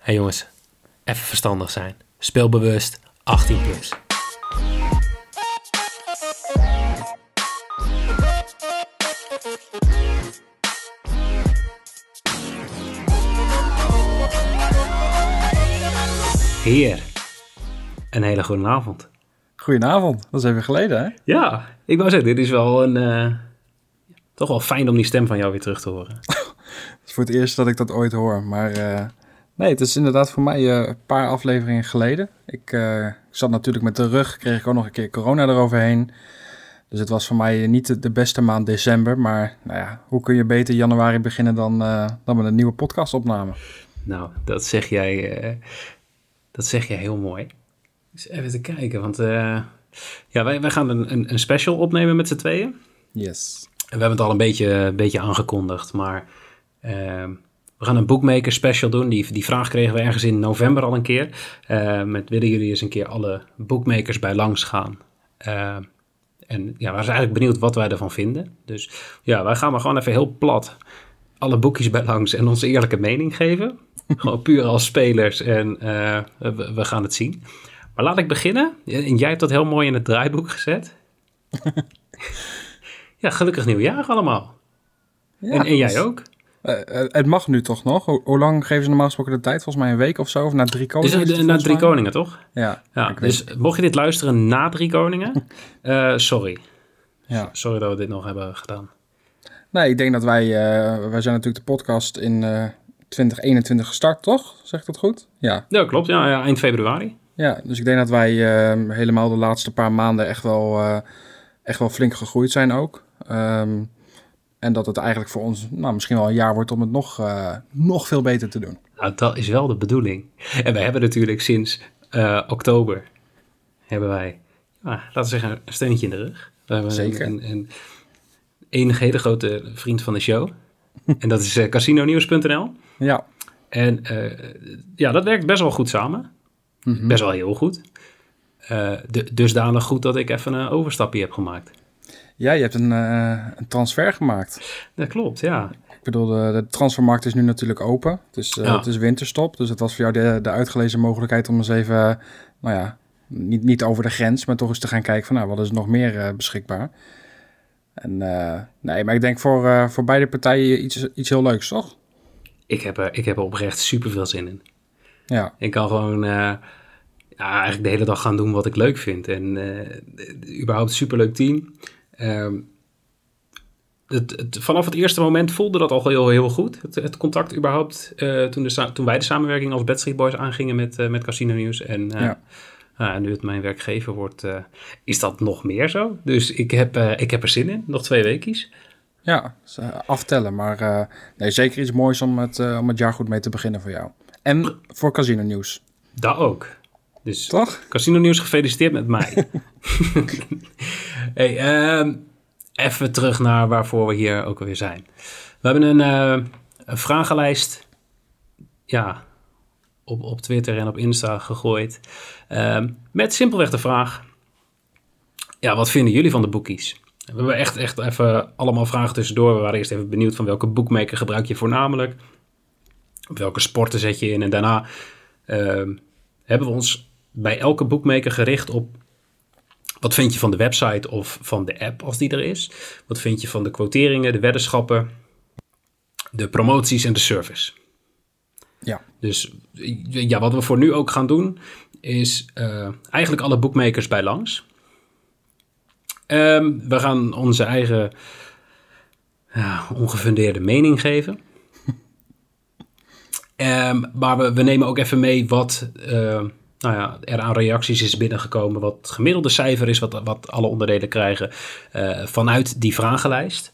Hey jongens, even verstandig zijn. Speelbewust, 18 plus. Heer, een hele goede avond. Goedenavond, dat is even geleden, hè? Ja, ik wou zeggen, dit is wel toch wel fijn om die stem van jou weer terug te horen. Het is voor het eerst dat ik dat ooit hoor, maar nee, het is inderdaad voor mij een paar afleveringen geleden. Ik zat natuurlijk met de rug, kreeg ik ook nog een keer corona eroverheen. Dus het was voor mij niet de beste maand december, maar nou ja, hoe kun je beter januari beginnen dan met een nieuwe podcastopname? Nou, dat zeg jij heel mooi. Dus even te kijken, want wij gaan een special opnemen met z'n tweeën. Yes. En we hebben het al een beetje aangekondigd, maar we gaan een bookmaker special doen. Die vraag kregen we ergens in november al een keer. Willen jullie eens een keer alle bookmakers bij langs gaan? En ja, we zijn eigenlijk benieuwd wat wij ervan vinden. Dus ja, wij gaan maar gewoon even heel plat alle boekjes bij langs en onze eerlijke mening geven. Gewoon puur als spelers en we gaan het zien. Maar laat ik beginnen. En jij hebt dat heel mooi in het draaiboek gezet. Ja, gelukkig nieuwjaar allemaal. Ja, en jij ook. Het mag nu toch nog? Hoe lang geven ze normaal gesproken de tijd? Volgens mij een week of zo? Of na 3 koningen? Dus na 3 koningen, toch? Ja. Dus mocht je dit luisteren na 3 koningen, sorry. Ja. Sorry dat we dit nog hebben gedaan. Nee, ik denk dat wij zijn natuurlijk de podcast in 2021 gestart, toch? Zeg ik dat goed? Ja. Ja, klopt. Ja, eind februari. Ja, dus ik denk dat wij helemaal de laatste paar maanden echt wel flink gegroeid zijn ook. En dat het eigenlijk voor ons misschien wel een jaar wordt om het nog veel beter te doen. Nou, dat is wel de bedoeling. En wij hebben natuurlijk sinds oktober, hebben wij, laten we zeggen, een steuntje in de rug. We hebben Zeker. Een enige hele grote vriend van de show. En dat is casinonieuws.nl. Ja. En dat werkt best wel goed samen. Mm-hmm. Best wel heel goed. Dusdanig goed dat ik even een overstapje heb gemaakt. Ja, je hebt een transfer gemaakt. Dat klopt, ja. Ik bedoel, de transfermarkt is nu natuurlijk open. Het is winterstop, dus het was voor jou de uitgelezen mogelijkheid om eens even, niet over de grens, maar toch eens te gaan kijken van, wat is er nog meer beschikbaar? En maar ik denk voor beide partijen iets heel leuks, toch? Ik heb er oprecht super veel zin in. Ja. Ik kan gewoon eigenlijk de hele dag gaan doen wat ik leuk vind. En überhaupt een superleuk team. Vanaf het eerste moment voelde dat al heel, heel goed. Het contact überhaupt toen wij de samenwerking als Bad Street Boys aangingen met Casino Nieuws. En nu het mijn werkgever wordt, is dat nog meer zo. Dus ik heb er zin in. Nog 2 weekjes. Ja, aftellen. Maar zeker iets moois om het jaar goed mee te beginnen voor jou. En voor Casino Nieuws. Dat ook. Dus toch? Casino Nieuws, gefeliciteerd met mij. Hey, even terug naar waarvoor we hier ook alweer zijn. We hebben een vragenlijst op Twitter en op Insta gegooid. Met simpelweg de vraag: wat vinden jullie van de boekies? We hebben echt even allemaal vragen tussendoor. We waren eerst even benieuwd van welke bookmaker gebruik je voornamelijk. Op welke sporten zet je in? En daarna hebben we ons bij elke bookmaker gericht op: wat vind je van de website of van de app als die er is? Wat vind je van de quoteringen, de weddenschappen, de promoties en de service? Ja. Dus wat we voor nu ook gaan doen is eigenlijk alle bookmakers bij langs. We gaan onze eigen ongefundeerde mening geven. Maar we nemen ook even mee wat er aan reacties is binnengekomen. Wat het gemiddelde cijfer is, wat alle onderdelen krijgen vanuit die vragenlijst.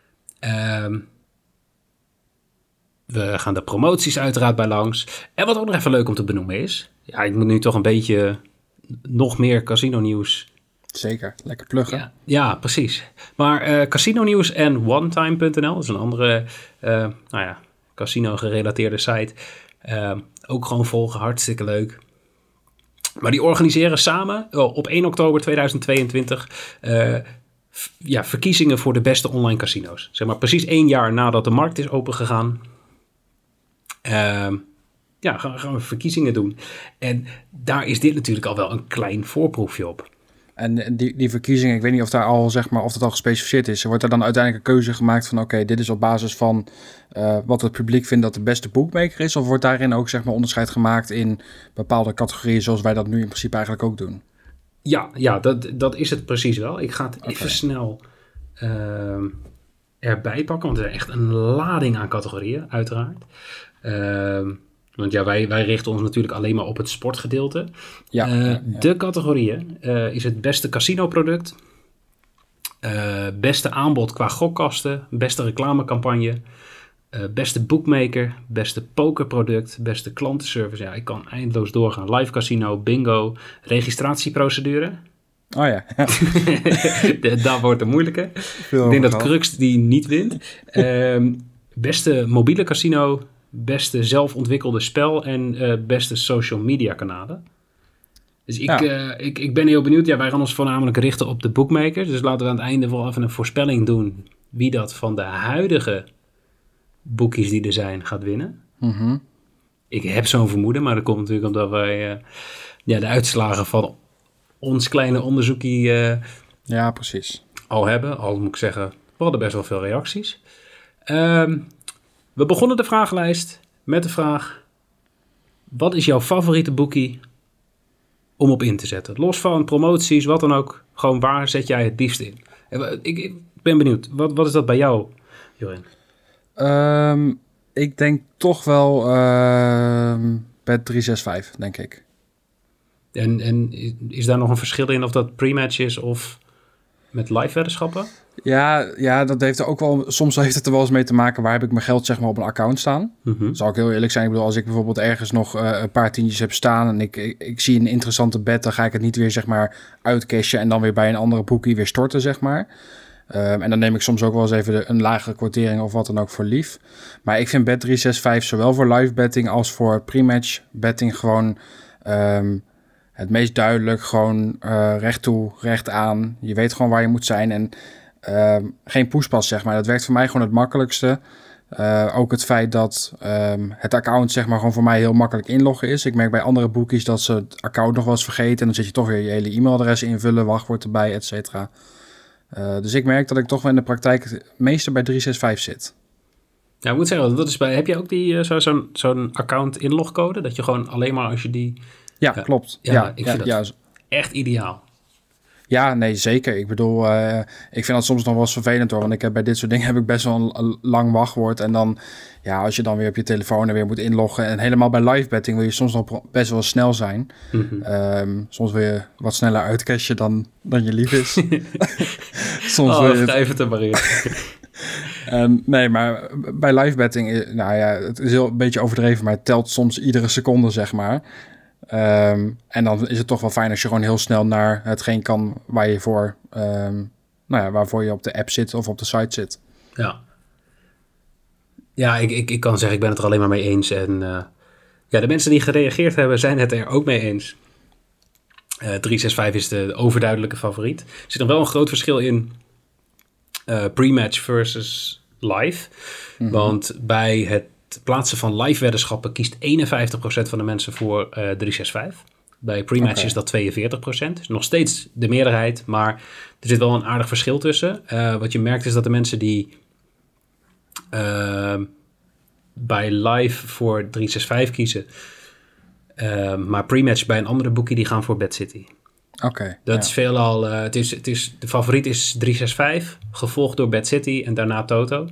We gaan de promoties uiteraard bij langs. En wat ook nog even leuk om te benoemen is, ik moet nu toch een beetje nog meer casino nieuws. Zeker, lekker pluggen. Ja, precies. Maar Casino Nieuws en OneTime.nl, dat is een andere casino gerelateerde site. Ook gewoon volgen, hartstikke leuk. Maar die organiseren samen op 1 oktober 2022 verkiezingen voor de beste online casino's. Zeg maar precies 1 jaar nadat de markt is opengegaan. gaan we verkiezingen doen. En daar is dit natuurlijk al wel een klein voorproefje op. En die verkiezingen, ik weet niet of daar al, zeg maar, of dat al gespecificeerd is. Wordt er dan uiteindelijk een keuze gemaakt van oké, dit is op basis van wat het publiek vindt dat de beste boekmaker is? Of wordt daarin ook, zeg maar, onderscheid gemaakt in bepaalde categorieën zoals wij dat nu in principe eigenlijk ook doen? Ja, dat is het precies wel. Ik ga het even snel erbij pakken, want er is echt een lading aan categorieën, uiteraard. Want ja, wij richten ons natuurlijk alleen maar op het sportgedeelte. De categorieën is het beste casinoproduct, beste aanbod qua gokkasten, beste reclamecampagne, beste bookmaker, beste pokerproduct, beste klantenservice. Ja, ik kan eindeloos doorgaan. Live casino, bingo, registratieprocedure. Oh ja. Dat wordt de moeilijke. Ik denk dat Crux die niet wint. Beste mobiele casino, beste zelfontwikkelde spel en beste social media kanalen. Dus ik ben heel benieuwd. Ja, wij gaan ons voornamelijk richten op de bookmakers. Dus laten we aan het einde wel even een voorspelling doen wie dat van de huidige boekies die er zijn gaat winnen. Mm-hmm. Ik heb zo'n vermoeden, maar dat komt natuurlijk omdat wij de uitslagen van ons kleine onderzoekje ja, precies. al hebben. Al moet ik zeggen, we hadden best wel veel reacties. We begonnen de vragenlijst met de vraag: wat is jouw favoriete boekie om op in te zetten? Los van promoties, wat dan ook. Gewoon waar zet jij het liefst in? Ik ben benieuwd. Wat is dat bij jou, Jorin? Ik denk toch wel Bet365, denk ik. En is daar nog een verschil in of dat pre-match is of met live weddenschappen? Ja, dat heeft er ook wel. Soms heeft het er wel eens mee te maken waar heb ik mijn geld, zeg maar, op een account staan. Mm-hmm. Zal ik heel eerlijk zijn. Ik bedoel, als ik bijvoorbeeld ergens nog een paar tientjes heb staan en ik zie een interessante bet, dan ga ik het niet weer, zeg maar, uitcashen en dan weer bij een andere boekie weer storten, zeg maar. En dan neem ik soms ook wel eens even een lagere kwartering of wat dan ook voor lief. Maar ik vind Bet365 zowel voor live betting als voor pre-match betting gewoon het meest duidelijk. Gewoon recht toe, recht aan. Je weet gewoon waar je moet zijn en geen poespas, zeg maar. Dat werkt voor mij gewoon het makkelijkste. Ook het feit dat het account, zeg maar, gewoon voor mij heel makkelijk inloggen is. Ik merk bij andere boekies dat ze het account nog wel eens vergeten en dan zit je toch weer je hele e-mailadres invullen, wachtwoord erbij, et cetera. Dus ik merk dat ik toch wel in de praktijk het meeste bij 365 zit. Ja, ik moet zeggen, dat is heb je ook die zo'n account inlogcode? Dat je gewoon alleen maar als je die... Ja, klopt. Ik vind dat echt ideaal. Ja, nee, zeker. Ik bedoel, ik vind dat soms nog wel eens vervelend hoor. Want ik heb bij dit soort dingen heb ik best wel een lang wachtwoord. En dan, ja, als je dan weer op je telefoon en weer moet inloggen. En helemaal bij live betting wil je soms nog best wel snel zijn. Mm-hmm. Soms wil je wat sneller uitcashen dan je lief is. Soms wil je even te barrieren. Nee, maar bij live betting, nou ja, het is heel een beetje overdreven, maar het telt soms iedere seconde, zeg maar. En dan is het toch wel fijn als je gewoon heel snel naar hetgeen kan waar je voor, waarvoor je op de app zit of op de site zit. Ja, ik kan zeggen, ik ben het er alleen maar mee eens. En de mensen die gereageerd hebben, zijn het er ook mee eens. 365 is de overduidelijke favoriet. Er zit nog wel een groot verschil in pre-match versus live. Mm-hmm. Want bij het plaatsen van live weddenschappen kiest 51% van de mensen voor 365. Bij pre-match is dat 42%. Dus nog steeds de meerderheid, maar er zit wel een aardig verschil tussen. Wat je merkt is dat de mensen die bij live voor 365 kiezen, maar pre-match bij een andere boekie, die gaan voor BetCity. Dat is veelal. De favoriet is 365, gevolgd door BetCity en daarna Toto.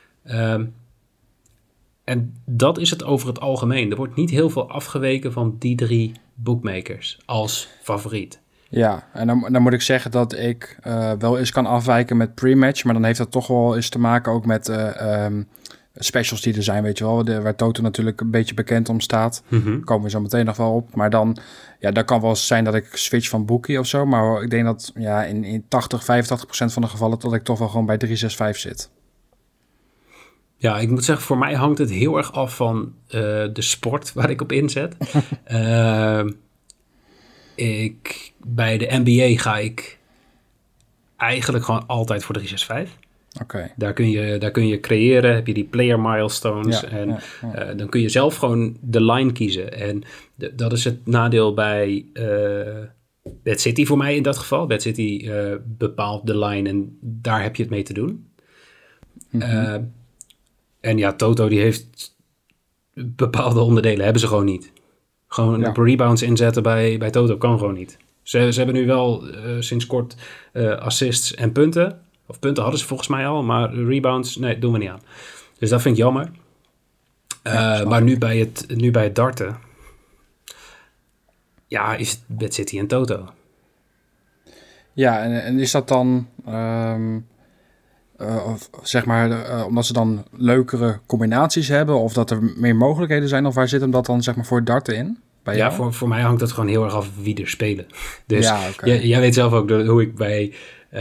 En dat is het over het algemeen. Er wordt niet heel veel afgeweken van die 3 bookmakers als favoriet. Ja, en dan moet ik zeggen dat ik wel eens kan afwijken met pre-match, maar dan heeft dat toch wel eens te maken ook met specials die er zijn, weet je wel. Waar Toto natuurlijk een beetje bekend om staat. Mm-hmm. Daar komen we zo meteen nog wel op. Maar dan kan wel eens zijn dat ik switch van boekie of zo. Maar ik denk dat in 80-85% van de gevallen dat ik toch wel gewoon bij 365 zit. Ja, ik moet zeggen, voor mij hangt het heel erg af van de sport waar ik op inzet. Bij de NBA ga ik eigenlijk gewoon altijd voor 365. Oké. Daar kun je creëren, heb je die player milestones. Dan kun je zelf gewoon de line kiezen. En dat is het nadeel bij Bad City voor mij in dat geval. Bad City bepaalt de line en daar heb je het mee te doen. En ja, Toto die heeft bepaalde onderdelen, hebben ze gewoon niet. Gewoon rebounds inzetten bij Toto kan gewoon niet. Ze hebben nu wel sinds kort assists en punten. Of punten hadden ze volgens mij al, maar rebounds, nee, doen we niet aan. Dus dat vind ik jammer. Maar nu bij het darten, ja, is het Bad City en Toto. Ja, en is dat dan, zeg maar, omdat ze dan leukere combinaties hebben, of dat er meer mogelijkheden zijn, of waar zit hem dat dan, zeg maar, voor het darten in? Ja, voor mij hangt dat gewoon heel erg af wie er spelen. Dus jij weet zelf ook hoe ik bij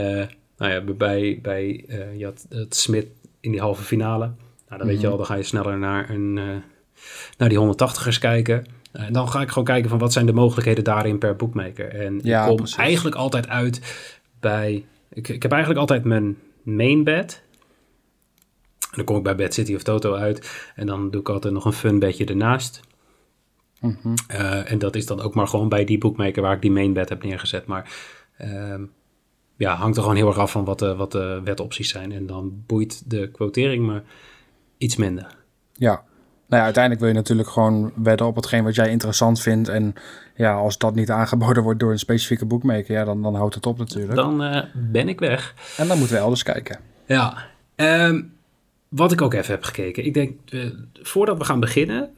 je had het Smit in die halve finale. Nou, dan weet je al, dan ga je sneller naar die 180ers kijken. En dan ga ik gewoon kijken van wat zijn de mogelijkheden daarin per bookmaker. En ik kom eigenlijk altijd uit bij... Ik heb eigenlijk altijd mijn main bet. En dan kom ik bij Bad City of Toto uit. En dan doe ik altijd nog een fun bedje ernaast. En dat is dan ook maar gewoon bij die bookmaker waar ik die main bet heb neergezet. Maar hangt er gewoon heel erg af van wat de wetopties zijn. En dan boeit de quotering me iets minder. Ja. Nou ja, uiteindelijk wil je natuurlijk gewoon wedden op hetgeen wat jij interessant vindt. En ja, als dat niet aangeboden wordt door een specifieke bookmaker, ja, dan houdt het op natuurlijk. Dan ben ik weg. En dan moeten we elders kijken. Ja, wat ik ook even heb gekeken. Ik denk, voordat we gaan beginnen,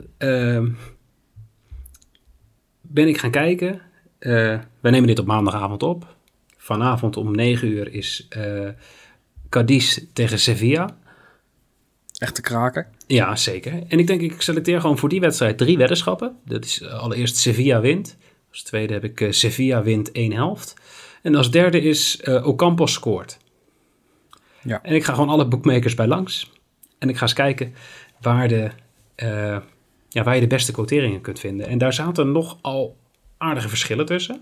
ben ik gaan kijken. We nemen dit op maandagavond op. Vanavond om 9 uur is Cadiz tegen Sevilla. Echt te kraken? Ja, zeker. En ik denk, ik selecteer gewoon voor die wedstrijd 3 weddenschappen. Dat is allereerst Sevilla wint. Als tweede heb ik Sevilla wint 1 helft. En als derde is Ocampos scoort. Ja. En ik ga gewoon alle bookmakers bij langs. En ik ga eens kijken waar je de beste quoteringen kunt vinden. En daar zaten nogal aardige verschillen tussen.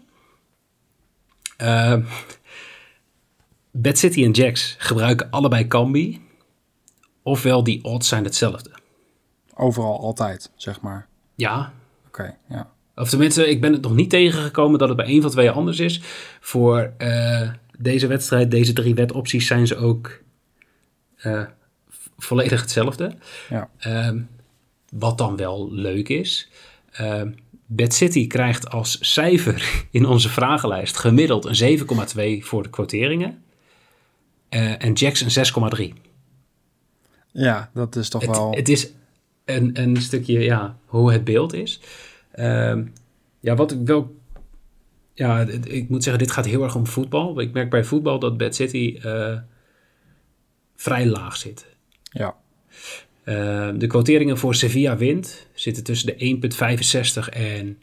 Bad City en Jacks gebruiken allebei Kambi. Ofwel, die odds zijn hetzelfde. Overal altijd, zeg maar. Ja. Oké, ja. Of tenminste, ik ben het nog niet tegengekomen dat het bij een van twee anders is. Voor deze wedstrijd, deze 3 wetopties zijn ze ook volledig hetzelfde. Ja. Wat dan wel leuk is. Bad City krijgt als cijfer in onze vragenlijst gemiddeld een 7,2 voor de quoteringen. En Jacks een 6,3. Ja, dat is toch wel... Het is een stukje, hoe het beeld is. Wat ik wel... Ja, ik moet zeggen, dit gaat heel erg om voetbal. Ik merk bij voetbal dat Bad City vrij laag zit. Ja. De quoteringen voor Sevilla wint zitten tussen de 1,65 en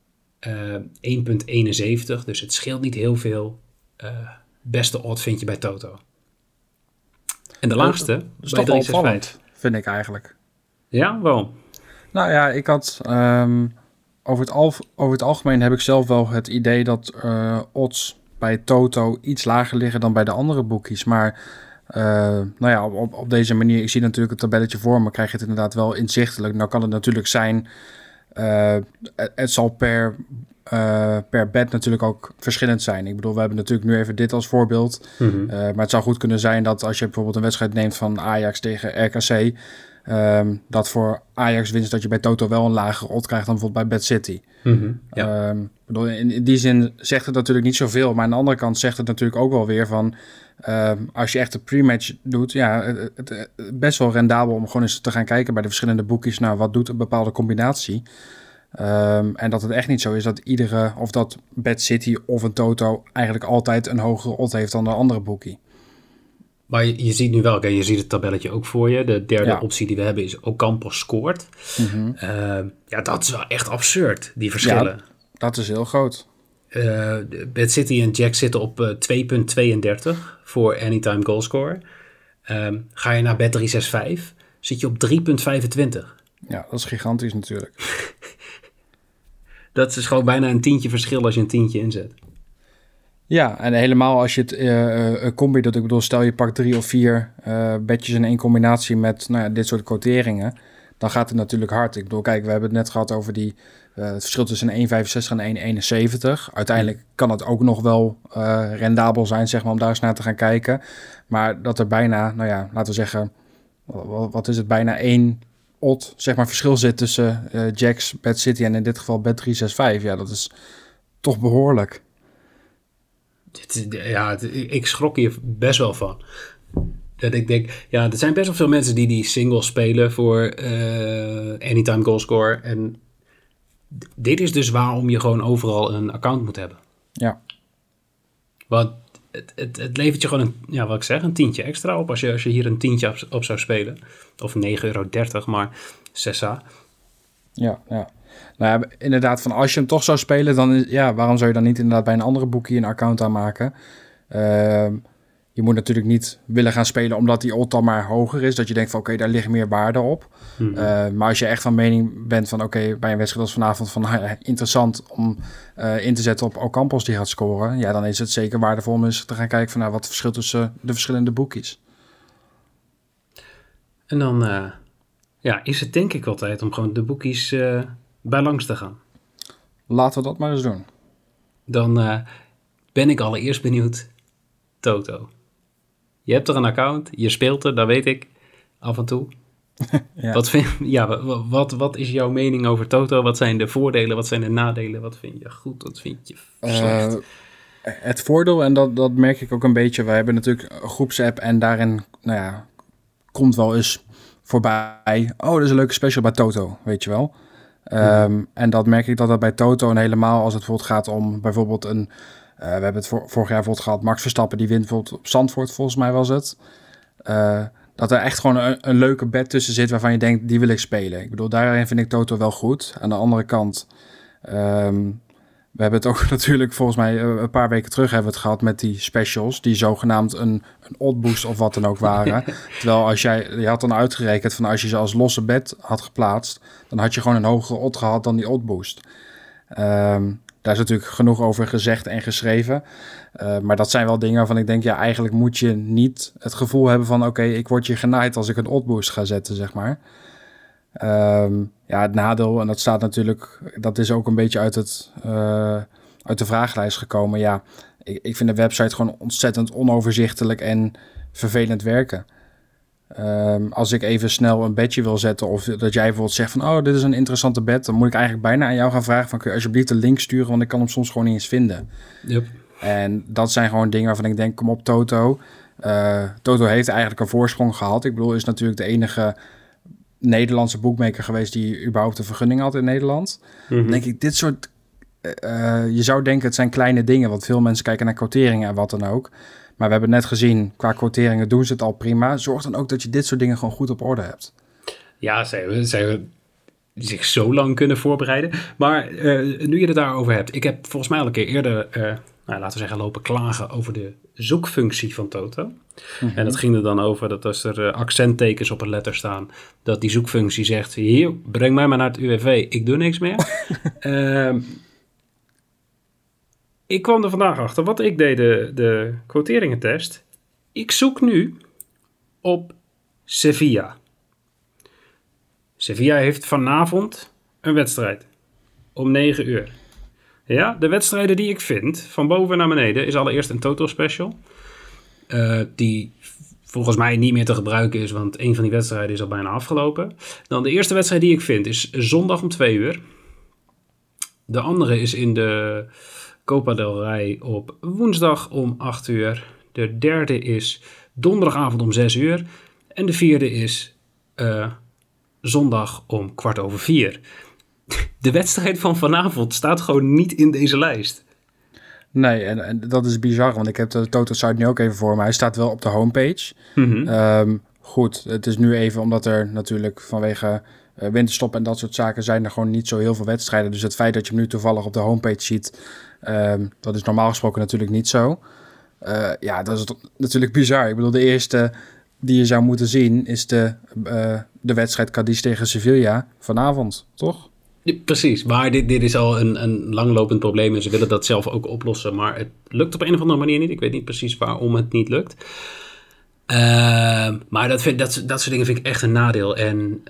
1,71. Dus het scheelt niet heel veel. Beste odd vind je bij Toto. En de laagste dat is toch wel opvallend, vind ik eigenlijk. Ja, waarom? Nou ja, ik had... over het algemeen heb ik zelf wel het idee dat odds bij Toto iets lager liggen dan bij de andere boekies. Maar op deze manier, ik zie natuurlijk het tabelletje voor me, krijg je het inderdaad wel inzichtelijk. Nou kan het natuurlijk zijn, het zal per bet natuurlijk ook verschillend zijn. Ik bedoel, we hebben natuurlijk nu even dit als voorbeeld. Mm-hmm. Maar het zou goed kunnen zijn dat als je bijvoorbeeld een wedstrijd neemt van Ajax tegen RKC... dat voor Ajax winst dat je bij Toto wel een lagere odd krijgt dan bijvoorbeeld bij Bad City. Mm-hmm, ja. In die zin zegt het natuurlijk niet zoveel. Maar aan de andere kant zegt het natuurlijk ook wel weer van... als je echt een pre-match doet... ja, het best wel rendabel om gewoon eens te gaan kijken bij de verschillende boekjes. Nou, wat doet een bepaalde combinatie? En dat het echt niet zo is dat of dat Bad City of een Toto eigenlijk altijd een hogere odd heeft dan de andere boekie. Maar je ziet nu wel, je ziet het tabelletje ook voor je. De derde optie die we hebben is Ocampos scoort. Mm-hmm. Dat is wel echt absurd, die verschillen. Ja, dat is heel groot. Bad City en Jack zitten op 2,32 voor anytime goalscorer. Ga je naar Bet365, zit je op 3,25. Ja, dat is gigantisch natuurlijk. Dat is gewoon bijna een tientje verschil als je een tientje inzet. Ja, en helemaal als je het combi doet. Ik bedoel, stel je pakt 3 of 4 bedjes in één combinatie met dit soort quoteringen. Dan gaat het natuurlijk hard. Ik bedoel, kijk, we hebben het net gehad over het verschil tussen een 1,65 en een 1,71. Uiteindelijk kan het ook nog wel rendabel zijn, zeg maar, om daar eens naar te gaan kijken. Maar dat er bijna, laten we zeggen, wat is het, bijna 1 odd, zeg maar, verschil zit tussen Jacks, Bad City en in dit geval Bet 365. Ja, dat is toch behoorlijk. Ja, ik schrok hier best wel van. Dat ik denk, er zijn best wel veel mensen die singles spelen voor anytime goalscore. En dit is dus waarom je gewoon overal een account moet hebben. Ja. Want het levert je gewoon een tientje extra op als je hier een tientje op zou spelen. Of €9,30, maar Sessa. Ja. Nou ja, inderdaad, van als je hem toch zou spelen, dan waarom zou je dan niet inderdaad bij een andere boekie een account aanmaken? Je moet natuurlijk niet willen gaan spelen omdat die odd dan maar hoger is. Dat je denkt van oké, daar ligt meer waarde op. Maar als je echt van mening bent van oké, bij een wedstrijd als vanavond van interessant om in te zetten op Ocampos die gaat scoren. Ja, dan is het zeker waardevol om eens te gaan kijken van wat het verschil tussen de verschillende boekies. En dan is het denk ik wel tijd om gewoon de boekies bij langs te gaan. Laten we dat maar eens doen. Dan ben ik allereerst benieuwd. Toto. Je hebt er een account, je speelt er, dat weet ik, af en toe. Ja. Wat is jouw mening over Toto? Wat zijn de voordelen, wat zijn de nadelen? Wat vind je goed, wat vind je slecht? Het voordeel, en dat merk ik ook een beetje, we hebben natuurlijk een groepsapp en daarin, komt wel eens voorbij, dat is een leuke special bij Toto, weet je wel. En dat merk ik dat bij Toto en helemaal als het bijvoorbeeld gaat om bijvoorbeeld we hebben het vorig jaar bijvoorbeeld gehad, Max Verstappen, die wint bijvoorbeeld op Zandvoort, volgens mij was het. Dat er echt gewoon een leuke bet tussen zit waarvan je denkt, die wil ik spelen. Ik bedoel, daarin vind ik Toto wel goed. Aan de andere kant, we hebben het ook natuurlijk volgens mij een paar weken terug hebben we het gehad met die specials, die zogenaamd een oddboost of wat dan ook waren. Terwijl je had dan uitgerekend van als je ze als losse bet had geplaatst, dan had je gewoon een hogere odd gehad dan die oddboost. Daar is natuurlijk genoeg over gezegd en geschreven. Maar dat zijn wel dingen waarvan ik denk, eigenlijk moet je niet het gevoel hebben van oké, ik word hier genaaid als ik een oddboost ga zetten, zeg maar. Het nadeel, en dat staat natuurlijk, dat is ook een beetje uit de vragenlijst gekomen. Ja, ik vind de website gewoon ontzettend onoverzichtelijk en vervelend werken. Als ik even snel een bedje wil zetten of dat jij bijvoorbeeld zegt van dit is een interessante bed, dan moet ik eigenlijk bijna aan jou gaan vragen van kun je alsjeblieft de link sturen, want ik kan hem soms gewoon niet eens vinden. Yep. En dat zijn gewoon dingen waarvan ik denk, kom op Toto. Toto heeft eigenlijk een voorsprong gehad. Ik bedoel, is natuurlijk de enige Nederlandse boekmaker geweest die überhaupt een vergunning had in Nederland. Dan denk ik, dit soort je zou denken het zijn kleine dingen, want veel mensen kijken naar quoteringen en wat dan ook. Maar we hebben net gezien, qua quoteringen doen ze het al prima. Zorg dan ook dat je dit soort dingen gewoon goed op orde hebt. Ja, zij zich zo lang kunnen voorbereiden. Maar nu je het daarover hebt. Ik heb volgens mij al een keer eerder, laten we zeggen, lopen klagen over de zoekfunctie van Toto. En dat ging er dan over dat als er accenttekens op een letter staan, dat die zoekfunctie zegt, hier, breng mij maar naar het UWV, ik doe niks meer. Ik kwam er vandaag achter, wat ik deed de quoteringentest. Ik zoek nu op Sevilla. Sevilla heeft vanavond een wedstrijd om 9 uur. Ja, de wedstrijden die ik vind, van boven naar beneden, is allereerst een Toto special. Die volgens mij niet meer te gebruiken is, want een van die wedstrijden is al bijna afgelopen. Dan de eerste wedstrijd die ik vind is zondag om 2 uur. De andere is in de Copa del Rey op woensdag om 8 uur. De derde is donderdagavond om 6 uur. En de vierde is zondag om 4:15. De wedstrijd van vanavond staat gewoon niet in deze lijst. Nee, en dat is bizar, want ik heb de Toto-site nu ook even voor me. Hij staat wel op de homepage. Goed, het is nu even omdat er natuurlijk vanwege winterstop en dat soort zaken zijn er gewoon niet zo heel veel wedstrijden. Dus het feit dat je hem nu toevallig op de homepage ziet, dat is normaal gesproken natuurlijk niet zo. Dat is natuurlijk bizar. Ik bedoel, de eerste die je zou moeten zien is de wedstrijd Cadiz tegen Sevilla vanavond, toch? Precies, maar dit is al een langlopend probleem en ze willen dat zelf ook oplossen. Maar het lukt op een of andere manier niet. Ik weet niet precies waarom het niet lukt. Maar dat soort dingen vind ik echt een nadeel. En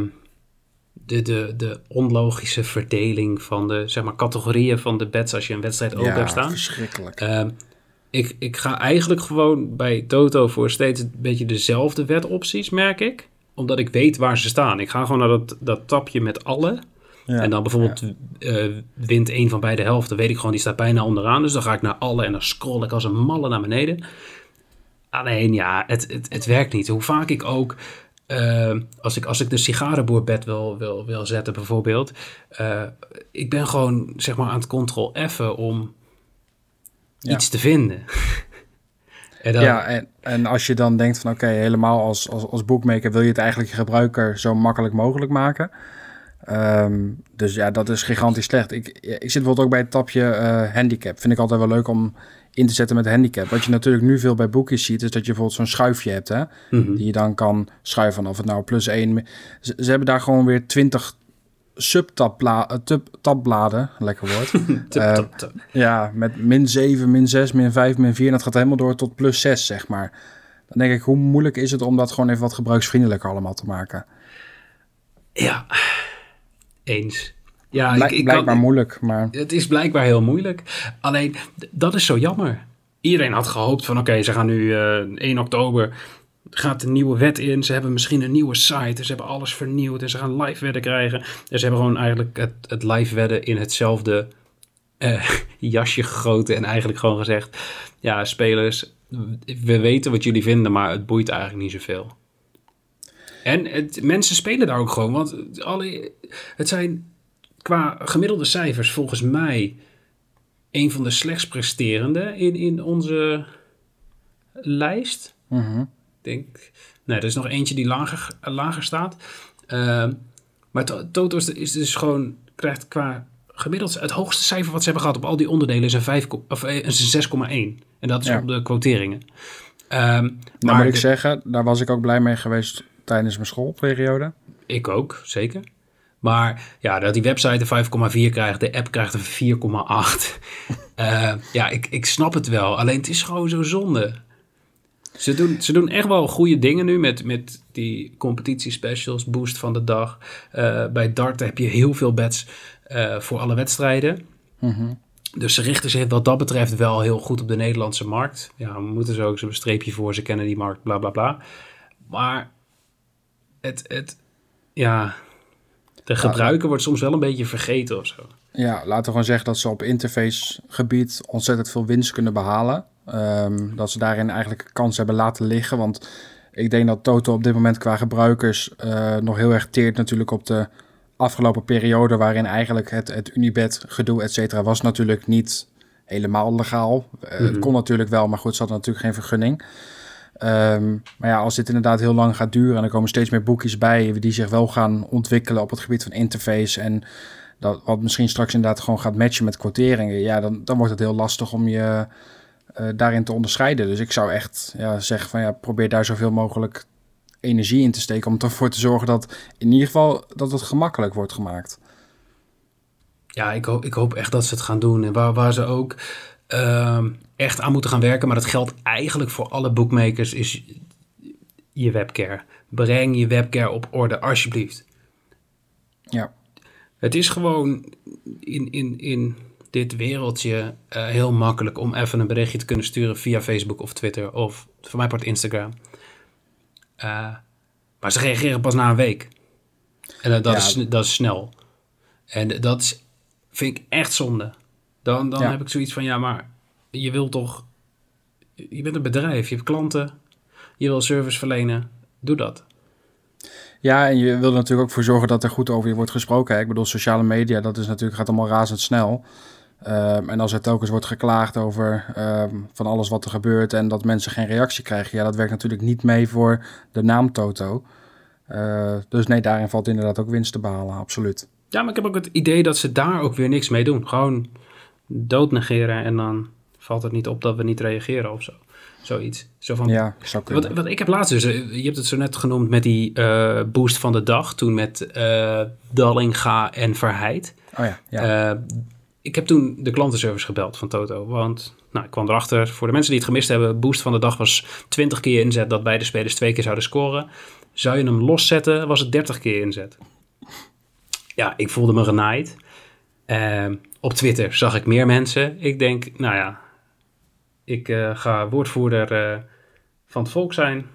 de onlogische verdeling van de zeg maar, categorieën van de bets als je een wedstrijd open hebt staan. Verschrikkelijk. Ik ga eigenlijk gewoon bij Toto voor steeds een beetje dezelfde wetopties, merk ik. Omdat ik weet waar ze staan. Ik ga gewoon naar dat tapje met alle. Ja, en dan bijvoorbeeld wint een van beide helften. Weet ik gewoon, die staat bijna onderaan. Dus dan ga ik naar alle en dan scroll ik als een malle naar beneden. Alleen ja, het werkt niet. Hoe vaak ik ook... als ik de sigarenboerbed wil zetten bijvoorbeeld. Ik ben gewoon zeg maar aan het Ctrl-F'en om iets te vinden. En dan... Ja, en als je dan denkt van oké, helemaal als bookmaker wil je het eigenlijk je gebruiker zo makkelijk mogelijk maken. Dus ja, dat is gigantisch slecht. Ik zit bijvoorbeeld ook bij het tapje handicap. Vind ik altijd wel leuk om in te zetten met handicap. Wat je natuurlijk nu veel bij boekjes ziet, is dat je bijvoorbeeld zo'n schuifje hebt, hè, die je dan kan schuiven. Of het nou +1... Ze hebben daar gewoon weer 20 tabladen, lekker woord. Ja, met -7, -6, -5, -4. En dat gaat helemaal door tot +6, zeg maar. Dan denk ik, hoe moeilijk is het om dat gewoon even wat gebruiksvriendelijker allemaal te maken? Ja, eens. Ja, blijkbaar moeilijk, maar... Het is blijkbaar heel moeilijk. Alleen, dat is zo jammer. Iedereen had gehoopt van, oké, ze gaan nu 1 oktober... gaat een nieuwe wet in. Ze hebben misschien een nieuwe site. Ze hebben alles vernieuwd. En ze gaan live wedden krijgen. En ze hebben gewoon eigenlijk het live wedden in hetzelfde jasje gegoten. En eigenlijk gewoon gezegd... Ja, spelers, we weten wat jullie vinden, maar het boeit eigenlijk niet zoveel. En mensen spelen daar ook gewoon. Want het zijn qua gemiddelde cijfers volgens mij... een van de slechtst presterende in onze lijst. Denk, nee, er is nog eentje die lager staat. Maar Toto is dus gewoon, krijgt qua gemiddeld het hoogste cijfer wat ze hebben gehad op al die onderdelen is een 6,1. En dat is op de quoteringen. Maar moet ik zeggen, daar was ik ook blij mee geweest tijdens mijn schoolperiode. Ik ook, zeker. Maar ja, dat die website een 5,4 krijgt, de app krijgt een 4,8. Ja, ik snap het wel. Alleen het is gewoon zo zonde. Ze doen echt wel goede dingen nu met die competitiespecials, boost van de dag. Bij Dart heb je heel veel bets voor alle wedstrijden. Dus ze richten zich wat dat betreft wel heel goed op de Nederlandse markt. Ja, we moeten zo ook zo'n streepje voor, ze kennen die markt, bla bla bla. Maar de gebruiker wordt soms wel een beetje vergeten of zo. Ja, laten we gewoon zeggen dat ze op interfacegebied ontzettend veel winst kunnen behalen. Dat ze daarin eigenlijk kans hebben laten liggen. Want ik denk dat Toto op dit moment qua gebruikers nog heel erg teert natuurlijk op de afgelopen periode, waarin eigenlijk het Unibet gedoe, et cetera, was natuurlijk niet helemaal legaal. Het kon natuurlijk wel, maar goed, ze hadden natuurlijk geen vergunning. Maar ja, als dit inderdaad heel lang gaat duren en er komen steeds meer boekjes bij die zich wel gaan ontwikkelen op het gebied van interface en dat wat misschien straks inderdaad gewoon gaat matchen met quoteringen, ja, dan wordt het heel lastig om je daarin te onderscheiden. Dus ik zou echt zeggen van probeer daar zoveel mogelijk energie in te steken om ervoor te zorgen dat in ieder geval dat het gemakkelijk wordt gemaakt. Ja, ik hoop echt dat ze het gaan doen. En waar ze ook echt aan moeten gaan werken, maar dat geldt eigenlijk voor alle bookmakers, is je webcare. Breng je webcare op orde, alsjeblieft. Ja. Het is gewoon in dit wereldje heel makkelijk om even een berichtje te kunnen sturen via Facebook of Twitter of voor mij part Instagram. Maar ze reageren pas na een week. En dat is snel. En dat vind ik echt zonde. Dan heb ik zoiets van, maar je wilt toch... Je bent een bedrijf, je hebt klanten, je wil service verlenen. Doe dat. Ja, en je wil er natuurlijk ook voor zorgen dat er goed over je wordt gesproken. Ik bedoel, sociale media, dat is natuurlijk, gaat allemaal razendsnel. En als er telkens wordt geklaagd over van alles wat er gebeurt en dat mensen geen reactie krijgen, dat werkt natuurlijk niet mee voor de naam Toto. Dus nee, daarin valt inderdaad ook winst te behalen, absoluut. Ja, maar ik heb ook het idee dat ze daar ook weer niks mee doen. Gewoon doodnegeren en dan valt het niet op dat we niet reageren of zo. Zoiets. Zo van, Ja, zou kunnen. wat ik heb laatst dus, je hebt het zo net genoemd met die boost van de dag. Toen met Dallinga en Verheid. Oh ja. Ik heb toen de klantenservice gebeld van Toto. Want ik kwam erachter, voor de mensen die het gemist hebben... boost van de dag was 20 keer inzet... dat beide spelers 2 keer zouden scoren. Zou je hem loszetten, was het 30 keer inzet. Ja, ik voelde me genaaid. Op Twitter zag ik meer mensen. Ik denk, ik ga woordvoerder van het volk zijn.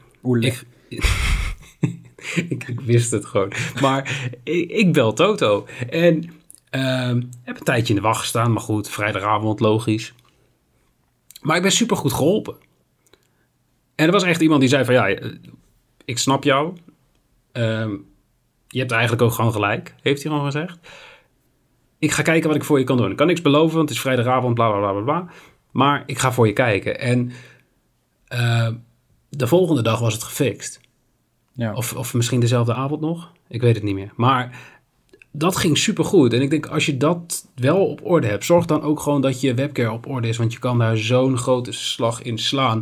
Ik wist het gewoon. Maar ik bel Toto. En heb een tijdje in de wacht gestaan. Maar goed, vrijdagavond, logisch. Maar ik ben supergoed geholpen. En er was echt iemand die zei van... ik snap jou. Je hebt eigenlijk ook gewoon gelijk. Heeft hij gewoon gezegd. Ik ga kijken wat ik voor je kan doen. Ik kan niks beloven, want het is vrijdagavond, bla, bla, bla, bla, bla. Maar ik ga voor je kijken. En de volgende dag was het gefixt. Ja. Of misschien dezelfde avond nog. Ik weet het niet meer. Maar dat ging supergoed. En ik denk, als je dat wel op orde hebt... zorg dan ook gewoon dat je webcare op orde is. Want je kan daar zo'n grote slag in slaan.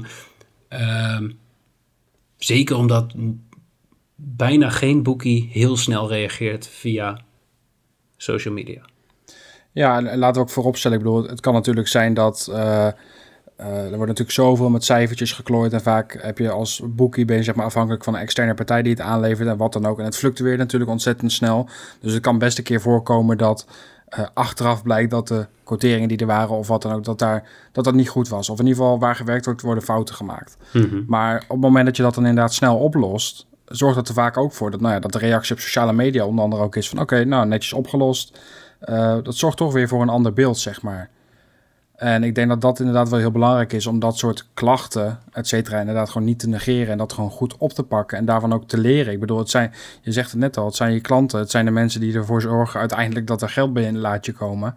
Zeker omdat bijna geen bookie heel snel reageert via social media. Ja, laten we ook vooropstellen. Ik bedoel, het kan natuurlijk zijn dat... er wordt natuurlijk zoveel met cijfertjes geklooid. En vaak heb je als bookie ben je zeg maar afhankelijk van een externe partij die het aanlevert en wat dan ook. En het fluctueert natuurlijk ontzettend snel. Dus het kan best een keer voorkomen dat achteraf blijkt dat de quoteringen die er waren of wat dan ook, dat niet goed was. Of in ieder geval waar gewerkt wordt, worden fouten gemaakt. Mm-hmm. Maar op het moment dat je dat dan inderdaad snel oplost, zorgt dat er vaak ook voor dat de reactie op sociale media onder andere ook is van oké, netjes opgelost. Dat zorgt toch weer voor een ander beeld, zeg maar. En ik denk dat dat inderdaad wel heel belangrijk is om dat soort klachten, et cetera, inderdaad gewoon niet te negeren en dat gewoon goed op te pakken en daarvan ook te leren. Ik bedoel, je zegt het net al, het zijn je klanten, het zijn de mensen die ervoor zorgen uiteindelijk dat er geld bij een laadje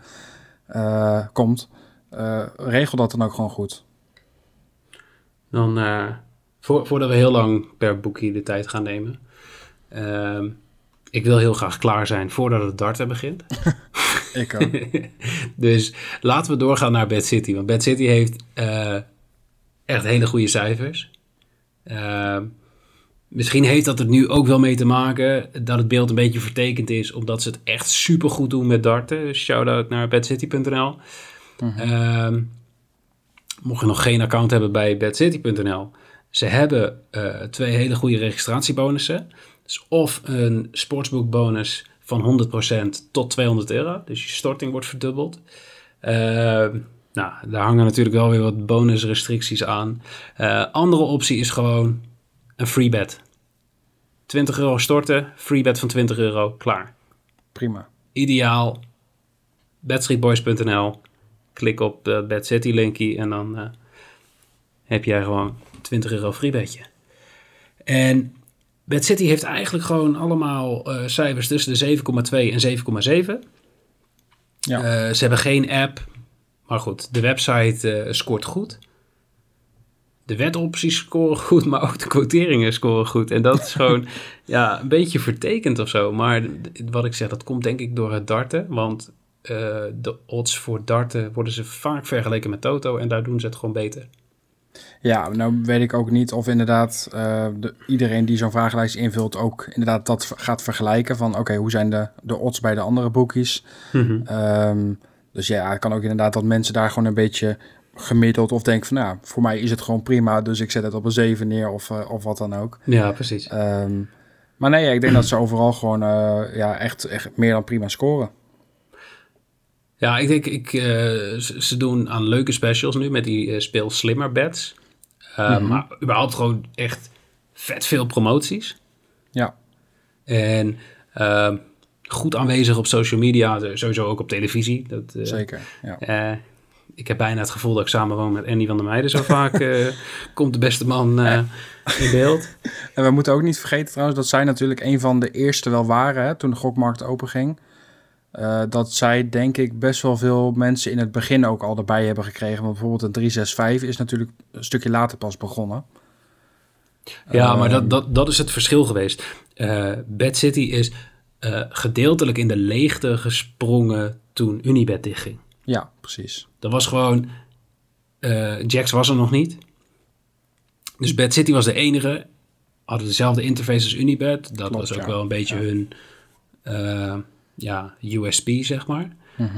komt. Regel dat dan ook gewoon goed. Dan, voordat we heel lang per boekie de tijd gaan nemen, ik wil heel graag klaar zijn voordat het darten begint. Ik ook. Dus laten we doorgaan naar Bad City. Want Bad City heeft echt hele goede cijfers. Misschien heeft dat er nu ook wel mee te maken dat het beeld een beetje vertekend is, omdat ze het echt supergoed doen met darten. Shout-out naar badcity.nl. Mm-hmm. Mocht je nog geen account hebben bij badcity.nl, ze hebben 2 hele goede registratiebonussen. Dus of een sportsbookbonus van 100% tot €200. Dus je storting wordt verdubbeld. Daar hangen natuurlijk wel weer wat bonusrestricties aan. Andere optie is gewoon een free bet. €20 storten, free bet van €20, klaar. Prima. Ideaal. Badstreetboys.nl. Klik op de Bad City linkie en dan heb jij gewoon €20 free betje. En Bad City heeft eigenlijk gewoon allemaal cijfers tussen de 7,2 en 7,7. Ja. Ze hebben geen app. Maar goed, de website scoort goed. De wedopties scoren goed, maar ook de quoteringen scoren goed. En dat is gewoon een beetje vertekend of zo. Maar wat ik zeg, dat komt denk ik door het darten. Want de odds voor darten worden ze vaak vergeleken met Toto. En daar doen ze het gewoon beter. Ja, nou weet ik ook niet of inderdaad iedereen die zo'n vragenlijst invult ook inderdaad dat gaat vergelijken van oké, hoe zijn de odds bij de andere bookies? Mm-hmm. Dus ja, het kan ook inderdaad dat mensen daar gewoon een beetje gemiddeld of denken van voor mij is het gewoon prima, dus ik zet het op een 7 neer of wat dan ook. Ja, precies. Maar nee, ik denk dat ze overal gewoon echt meer dan prima scoren. Ja, ik denk, ze doen aan leuke specials nu met die speel slimmer bets. Mm-hmm. Maar überhaupt gewoon echt vet veel promoties. Ja. En goed aanwezig op social media, sowieso ook op televisie. Zeker, ja. Ik heb bijna het gevoel dat ik samenwoon met Andy van der Meijden. Zo vaak komt de beste man in beeld. En we moeten ook niet vergeten trouwens dat zij natuurlijk een van de eerste wel waren, hè, toen de gokmarkt open ging. Dat zij, denk ik, best wel veel mensen in het begin ook al erbij hebben gekregen. Want bijvoorbeeld een 365 is natuurlijk een stukje later pas begonnen. Ja, maar dat is het verschil geweest. Bad City is gedeeltelijk in de leegte gesprongen toen Unibet dichtging. Ja, precies. Dat was gewoon... Jax was er nog niet. Dus Bad City was de enige. Hadden dezelfde interface als Unibet. Dat Klopt, was ook ja. wel een beetje hun USP, zeg maar.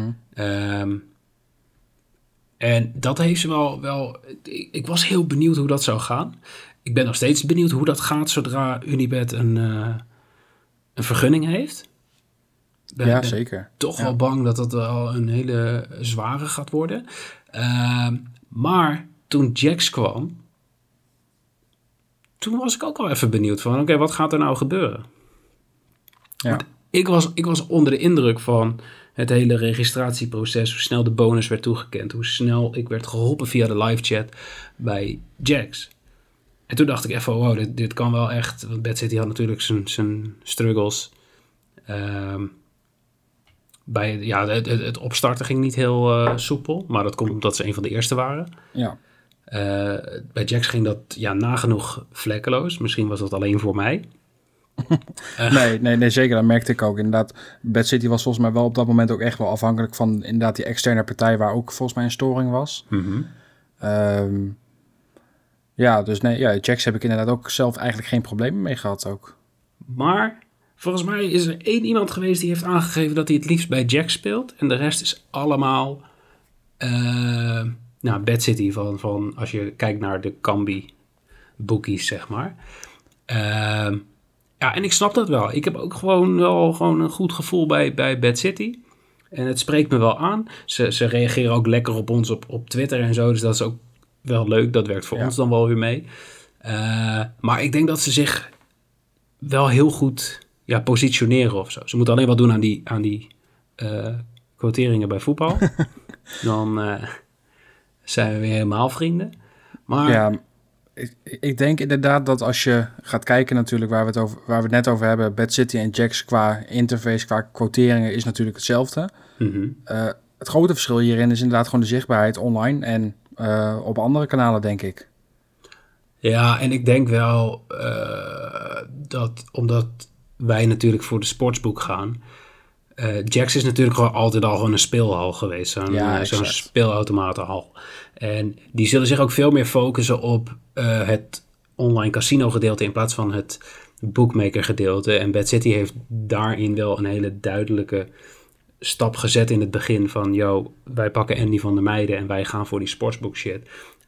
En dat heeft ze wel... Ik was heel benieuwd hoe dat zou gaan. Ik ben nog steeds benieuwd hoe dat gaat zodra Unibet een vergunning heeft. Ben zeker. toch wel bang dat dat wel een hele zware gaat worden. Maar toen Jax kwam... Toen was ik ook wel even benieuwd van... Oké, wat gaat er nou gebeuren? Ja. Want ik was onder de indruk van het hele registratieproces... hoe snel de bonus werd toegekend... hoe snel ik werd geholpen via de live chat bij Jax. En toen dacht ik even... wow, dit kan wel echt... Want Bad City had natuurlijk zijn struggles... het opstarten ging niet heel soepel... maar dat komt omdat ze een van de eerste waren... Ja. Bij Jax ging dat nagenoeg vlekkeloos. Misschien was dat alleen voor mij. Nee, zeker. Dat merkte ik ook. Inderdaad, Bad City was volgens mij wel op dat moment ook echt wel afhankelijk van inderdaad die externe partij waar ook volgens mij een storing was. Dus Jax heb ik inderdaad ook zelf eigenlijk geen problemen mee gehad ook. Maar volgens mij is er 1 iemand geweest die heeft aangegeven dat hij het liefst bij Jax speelt. En de rest is allemaal... Bad City van als je kijkt naar de Kambi bookies, zeg maar. En ik snap dat wel. Ik heb ook gewoon een goed gevoel bij Bad City. En het spreekt me wel aan. Ze reageren ook lekker op ons op Twitter en zo. Dus dat is ook wel leuk. Dat werkt voor ons dan wel weer mee. Maar ik denk dat ze zich wel heel goed positioneren of zo. Ze moeten alleen wat doen aan die quoteringen bij voetbal. Dan... zijn we weer helemaal vrienden. Maar... Ja, ik denk inderdaad dat als je gaat kijken natuurlijk waar we het net over hebben... Bad City en Jax qua interface, qua quoteringen is natuurlijk hetzelfde. Het grote verschil hierin is inderdaad gewoon de zichtbaarheid online... en op andere kanalen, denk ik. Ja, en ik denk wel dat omdat wij natuurlijk voor de sportsboek gaan... Jax is natuurlijk altijd al gewoon een speelhal geweest. Zo'n speelautomatenhal. En die zullen zich ook veel meer focussen op het online casino gedeelte... in plaats van het bookmaker gedeelte. En Bad City heeft daarin wel een hele duidelijke stap gezet in het begin van... wij pakken Andy van der Meijden en wij gaan voor die sportsbook shit.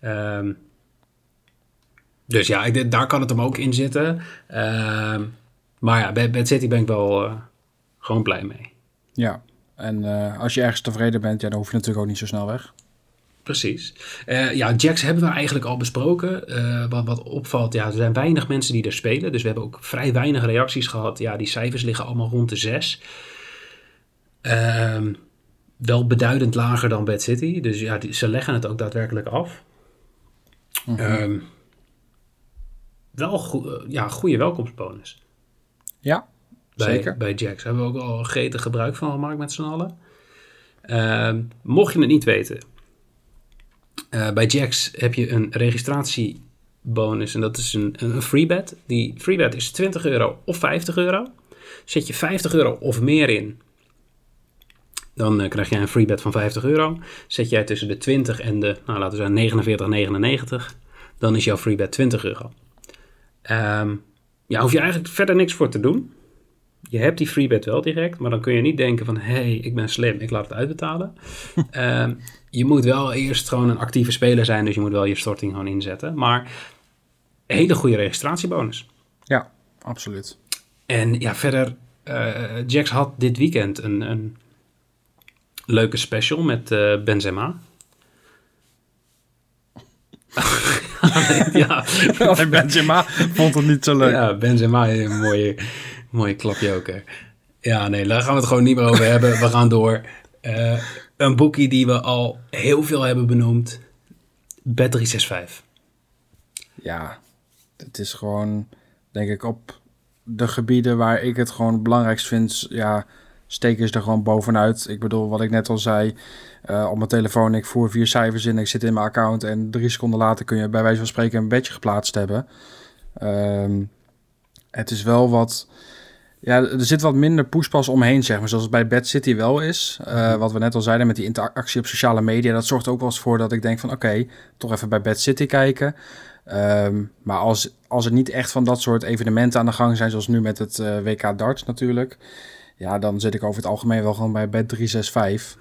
Dus daar kan het hem ook in zitten. Maar bij Bad City ben ik wel gewoon blij mee. Ja, en als je ergens tevreden bent, dan hoef je natuurlijk ook niet zo snel weg. Precies. Jax hebben we eigenlijk al besproken. Wat opvalt, er zijn weinig mensen die er spelen. Dus we hebben ook vrij weinig reacties gehad. Ja, die cijfers liggen allemaal rond de 6. Wel beduidend lager dan Bad City. Dus ze leggen het ook daadwerkelijk af. Wel goede welkomstbonus. Ja, zeker. Bij Jax hebben we ook al een gretig gebruik van gemaakt met z'n allen. Mocht je het niet weten... bij Jax heb je een registratiebonus en dat is een freebet. Die freebet is €20 of €50. Zet je €50 of meer in, dan krijg je een freebet van €50. Zet jij tussen de 20 en de, laten we zeggen 49,99, dan is jouw freebet €20. Hoef je eigenlijk verder niks voor te doen. Je hebt die freebet wel direct, maar dan kun je niet denken van... ik ben slim, ik laat het uitbetalen. Je moet wel eerst gewoon een actieve speler zijn... dus je moet wel je storting gewoon inzetten. Maar een hele goede registratiebonus. Ja, absoluut. En verder... Jax had dit weekend een leuke special met Benzema. Benzema vond het niet zo leuk. Ja, Benzema is een mooie klapjoker. Ja, nee, daar gaan we het gewoon niet meer over hebben. We gaan door. Een boekie die we al heel veel hebben benoemd. Bet365. Ja, het is gewoon, denk ik, op de gebieden waar ik het gewoon het belangrijkst vind... steken ze er gewoon bovenuit. Ik bedoel, wat ik net al zei... op mijn telefoon, ik voer 4 cijfers in... ik zit in mijn account en 3 seconden later... kun je bij wijze van spreken een bedje geplaatst hebben. Het is wel wat... Ja, er zit wat minder poespas omheen, zeg maar. Zoals het bij Bad City wel is. Wat we net al zeiden met die interactie op sociale media. Dat zorgt ook wel eens voor dat ik denk van... Oké, toch even bij Bad City kijken. Maar als er niet echt van dat soort evenementen aan de gang zijn... zoals nu met het WK darts natuurlijk... Ja, dan zit ik over het algemeen wel gewoon bij Bet 365.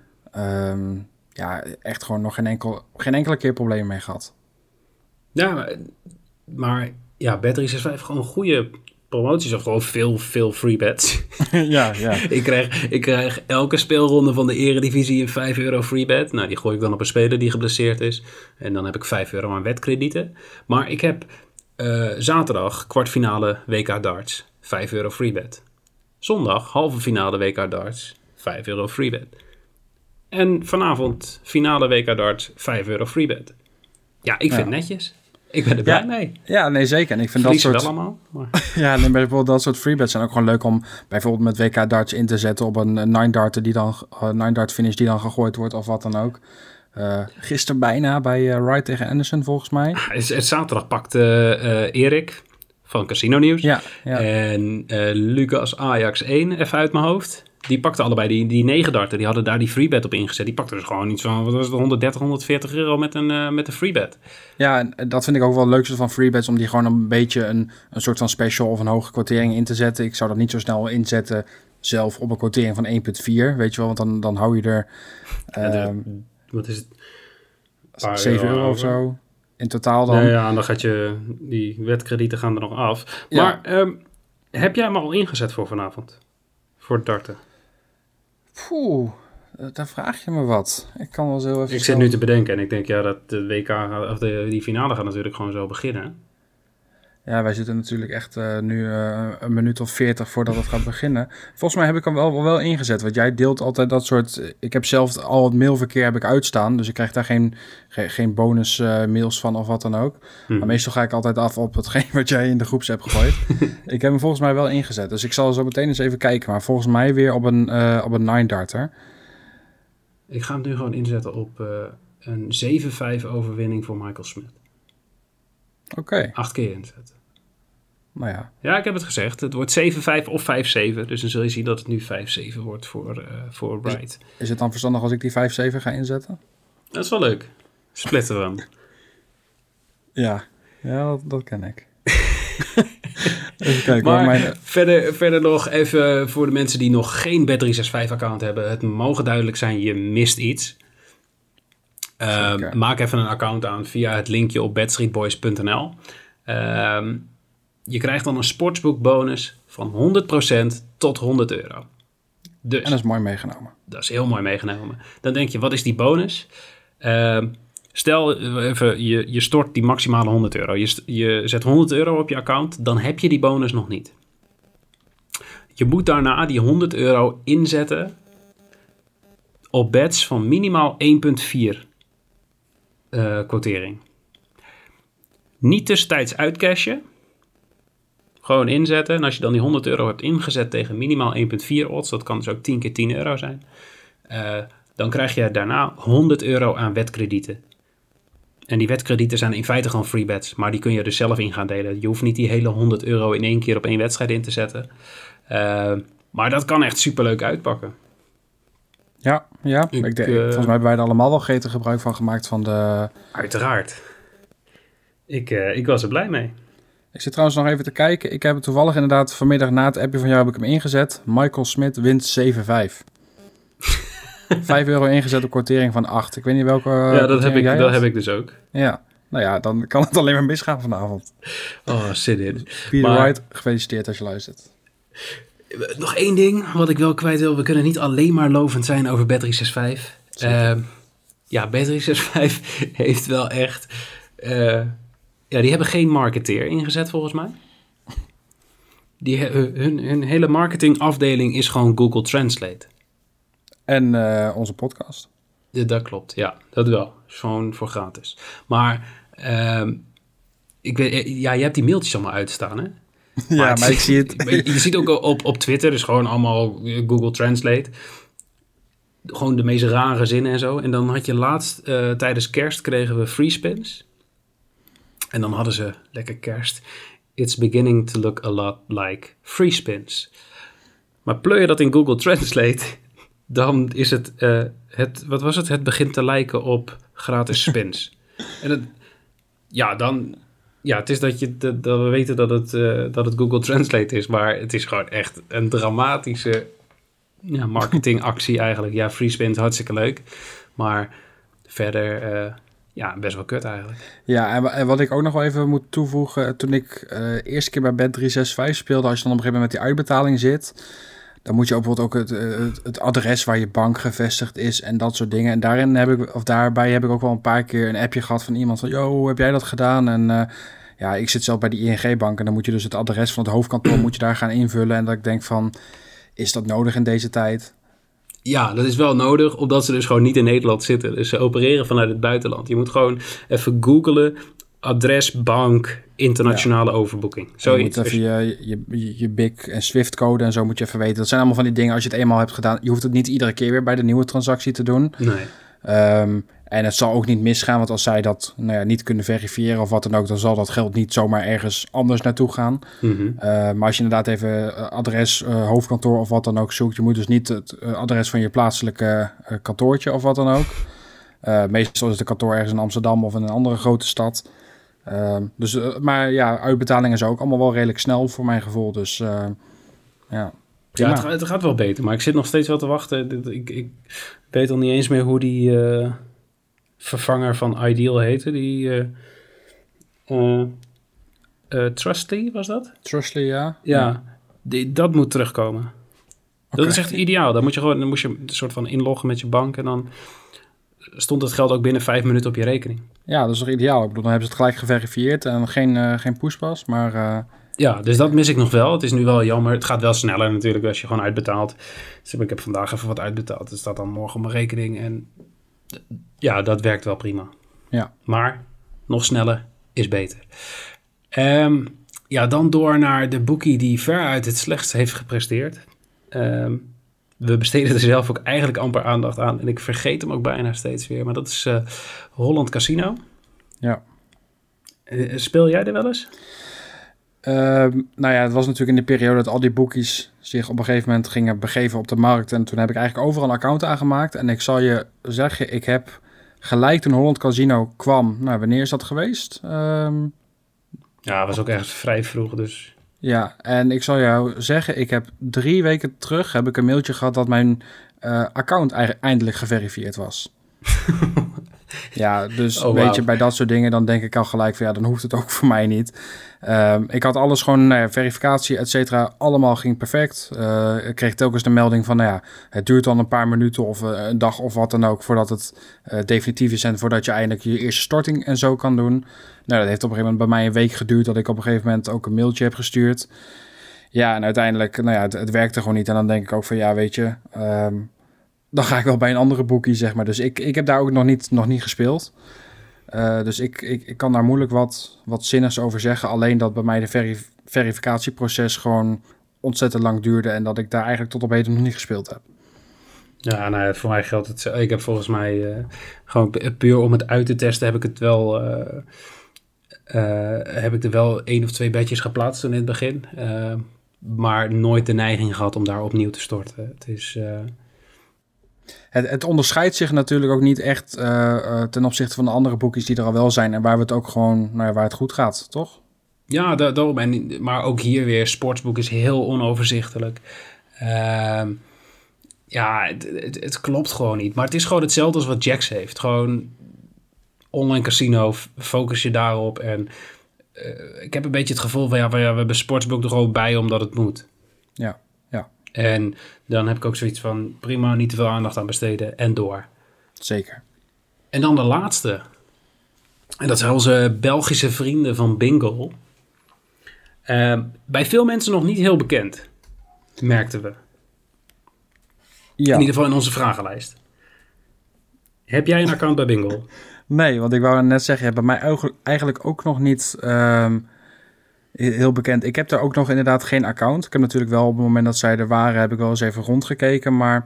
Ja, echt gewoon nog geen enkele keer probleem mee gehad. Ja, maar ja, Bet 365 gewoon goede promoties of gewoon veel free bets. Ja. Ik krijg elke speelronde van de Eredivisie een €5 free bet. Nou, die gooi ik dan op een speler die geblesseerd is. En dan heb ik €5 aan wetkredieten. Maar ik heb zaterdag kwartfinale WK darts, €5 free bet. Zondag halve finale WK darts, €5 free bet. En vanavond finale WK darts, €5 free bet. Ja, ik vind het netjes. Ik ben er blij mee. Ja, nee, zeker. En ik vind Verliezen dat soort... wel allemaal. Maar... Ja, en bijvoorbeeld dat soort freebets zijn ook gewoon leuk om bijvoorbeeld met WK darts in te zetten op een 9-dart finish die dan gegooid wordt of wat dan ook. Gisteren bijna bij Wright tegen Anderson volgens mij. Zaterdag pakte Erik van Casino Nieuws en Lucas Ajax 1 even uit mijn hoofd. Die pakten allebei die 9-darten. Die hadden daar die freebet op ingezet. Die pakten dus gewoon iets van, wat was het, €130, €140 met een freebet. Ja, en dat vind ik ook wel het leukste van freebets, om die gewoon een beetje een soort van special of een hoge quotering in te zetten. Ik zou dat niet zo snel inzetten zelf op een quotering van 1,4, weet je wel, want dan hou je er wat is het? €7 of zo in totaal dan. Ja, en dan gaat die wetkredieten gaan er nog af. Maar heb jij hem al ingezet voor vanavond? Voor het darten? Poeh, daar vraag je me wat. Ik kan wel zo even... Ik zit nu te bedenken en ik denk dat de WK of die finale gaat natuurlijk gewoon zo beginnen. Ja, wij zitten natuurlijk echt nu een minuut of 40 voordat het gaat beginnen. Volgens mij heb ik hem wel ingezet, want jij deelt altijd dat soort... Ik heb zelf al het mailverkeer heb ik uitstaan, dus ik krijg daar geen bonus mails van of wat dan ook. Maar meestal ga ik altijd af op hetgeen wat jij in de groeps hebt gegooid. Ik heb hem volgens mij wel ingezet, dus ik zal zo meteen eens even kijken. Maar volgens mij weer op een 9-darter. Ik ga hem nu gewoon inzetten op een 7-5 overwinning voor Michael Smith. Oké. 8 keer inzetten. Nou ja. Ja, ik heb het gezegd. Het wordt 7-5 of 5-7. Dus dan zul je zien dat het nu 5-7 wordt voor Wright. Is het dan verstandig als ik die 5-7 ga inzetten? Dat is wel leuk. Splitten we hem. Ja, dat ken ik. Even kijken. Maar verder nog even voor de mensen die nog geen Bet365-account hebben. Het mogen duidelijk zijn, je mist iets. Maak even een account aan via het linkje op betstreetboys.nl. Je krijgt dan een sportsbook-bonus van 100% tot €100. Dus, en dat is mooi meegenomen. Dat is heel mooi meegenomen. Dan denk je, wat is die bonus? Stel even, je stort die maximale €100. Je zet €100 op je account, dan heb je die bonus nog niet. Je moet daarna die €100 inzetten op bets van minimaal 1,4 quotering. Niet tussentijds uitcashen. Gewoon inzetten. En als je dan die €100 hebt ingezet tegen minimaal 1,4 odds, dat kan dus ook 10 keer €10 zijn, dan krijg je daarna €100 aan wetkredieten. En die wetkredieten zijn in feite gewoon free bets, maar die kun je dus zelf in gaan delen. Je hoeft niet die hele €100 in één keer op één wedstrijd in te zetten. Maar dat kan echt superleuk uitpakken. Ja. Volgens mij hebben wij er allemaal wel gretig gebruik van gemaakt van de... Uiteraard. Ik was er blij mee. Ik zit trouwens nog even te kijken. Ik heb het toevallig inderdaad vanmiddag na het appje van jou heb ik hem ingezet. Michael Smith wint 7-5. €5 ingezet op quotering van 8. Ik weet niet welke... Ja, dat heb ik dus ook. Ja, nou ja, dan kan het alleen maar misgaan vanavond. Oh, zit in. Peter Wright, gefeliciteerd als je luistert. Nog één ding wat ik wel kwijt wil. We kunnen niet alleen maar lovend zijn over Bet365. Bet365 heeft wel echt... die hebben geen marketeer ingezet volgens mij. Hun hele marketingafdeling is gewoon Google Translate. En onze podcast. Dat klopt, ja. Dat wel. Gewoon voor gratis. Maar ik weet, je hebt die mailtjes allemaal uitstaan, hè? Ja, maar ik zie het. Je ziet ook op Twitter, dus gewoon allemaal Google Translate. Gewoon de meest rare zinnen en zo. En dan had je laatst, tijdens kerst kregen we free spins. En dan hadden ze, lekker kerst, It's beginning to look a lot like free spins. Maar pleur je dat in Google Translate, dan is het, het begint te lijken op gratis spins. En het is dat we weten dat het Google Translate is, maar het is gewoon echt een dramatische marketingactie eigenlijk. Ja, free spins, hartstikke leuk, maar verder best wel kut eigenlijk. Ja, en wat ik ook nog wel even moet toevoegen, toen ik eerste keer bij Bet365 speelde, als je dan op een gegeven moment met die uitbetaling zit, dan moet je ook bijvoorbeeld ook het adres waar je bank gevestigd is en dat soort dingen. En daarbij heb ik ook wel een paar keer een appje gehad van iemand van, yo, hoe heb jij dat gedaan? En ik zit zelf bij die ING-bank en dan moet je dus het adres van het hoofdkantoor moet je daar gaan invullen. En dat ik denk van, is dat nodig in deze tijd? Ja, dat is wel nodig, omdat ze dus gewoon niet in Nederland zitten. Dus ze opereren vanuit het buitenland. Je moet gewoon even googlen, adres, bank, internationale overboeking. Zoiets. Je moet even je BIC en SWIFT-code en zo moet je even weten. Dat zijn allemaal van die dingen, als je het eenmaal hebt gedaan. Je hoeft het niet iedere keer weer bij de nieuwe transactie te doen. Nee. En het zal ook niet misgaan, want als zij dat niet kunnen verifiëren of wat dan ook, dan zal dat geld niet zomaar ergens anders naartoe gaan. Mm-hmm. Maar als je inderdaad even adres, hoofdkantoor of wat dan ook zoekt, je moet dus niet het adres van je plaatselijke kantoortje of wat dan ook. Meestal is het kantoor ergens in Amsterdam of in een andere grote stad. Maar uitbetalingen is ook allemaal wel redelijk snel voor mijn gevoel. Dus prima. Ja, het gaat wel beter, maar ik zit nog steeds wel te wachten. Ik weet al niet eens meer hoe die vervanger van Ideal heette. Die Trustly was dat? Trustly, ja. Ja, dat moet terugkomen. Okay. Dat is echt ideaal. Dan moest je een soort van inloggen met je bank en dan stond het geld ook binnen 5 minuten op je rekening. Ja, dat is toch ideaal. Ik bedoel, dan hebben ze het gelijk geverifieerd en geen pushpas, maar... Ja, dus dat mis ik nog wel. Het is nu wel jammer. Het gaat wel sneller natuurlijk als je gewoon uitbetaalt. Dus ik heb vandaag even wat uitbetaald. Het staat dan morgen op mijn rekening. En ja, dat werkt wel prima. Ja. Maar nog sneller is beter. Dan door naar de bookie die veruit het slechtst heeft gepresteerd. We besteden er zelf ook eigenlijk amper aandacht aan. En ik vergeet hem ook bijna steeds weer. Maar dat is Holland Casino. Ja. Speel jij er wel eens? Het was natuurlijk in de periode dat al die bookies zich op een gegeven moment gingen begeven op de markt. En toen heb ik eigenlijk overal een account aangemaakt. En ik zal je zeggen, ik heb gelijk toen Holland Casino kwam. Nou, wanneer is dat geweest? Ja, was ook ergens vrij vroeg, dus... Ja, en ik zal jou zeggen, ik heb 3 weken terug heb ik een mailtje gehad dat mijn account eindelijk geverifieerd was. Ja, dus weet je, bij dat soort dingen dan denk ik al gelijk van dan hoeft het ook voor mij niet. Ik had alles gewoon, verificatie, et cetera, allemaal ging perfect. Ik kreeg telkens de melding van, het duurt dan een paar minuten of een dag of wat dan ook voordat het definitief is en voordat je eindelijk je eerste storting en zo kan doen. Nou, dat heeft op een gegeven moment bij mij een week geduurd dat ik op een gegeven moment ook een mailtje heb gestuurd. Ja, en uiteindelijk, het werkte gewoon niet en dan denk ik ook van, weet je... dan ga ik wel bij een andere bookie, zeg maar. Dus ik heb daar ook nog niet gespeeld. Dus ik kan daar moeilijk wat zinnigs over zeggen. Alleen dat bij mij de verificatieproces gewoon ontzettend lang duurde... en dat ik daar eigenlijk tot op heden nog niet gespeeld heb. Ja, voor mij geldt het... Ik heb volgens mij gewoon puur om het uit te testen... heb ik er wel 1 of 2 bedjes geplaatst in het begin. Maar nooit de neiging gehad om daar opnieuw te storten. Het is... Het onderscheidt zich natuurlijk ook niet echt ten opzichte van de andere boekjes die er al wel zijn... en waar we het ook gewoon, waar het goed gaat, toch? Ja, daarom. Maar ook hier weer, sportsboek is heel onoverzichtelijk. Het klopt gewoon niet. Maar het is gewoon hetzelfde als wat Jax heeft. Gewoon online casino, focus je daarop. En ik heb een beetje het gevoel van... we hebben sportsboek er gewoon bij omdat het moet. Ja. En dan heb ik ook zoiets van... prima, niet te veel aandacht aan besteden en door. Zeker. En dan de laatste. En dat zijn onze Belgische vrienden van Bingo. Bij veel mensen nog niet heel bekend. Merkten we. Ja. In ieder geval in onze vragenlijst. Heb jij een account bij Bingo? Nee, want ik wou net zeggen... bij mij eigenlijk ook nog niet... heel bekend. Ik heb daar ook nog inderdaad geen account. Ik heb natuurlijk wel op het moment dat zij er waren... heb ik wel eens even rondgekeken. Maar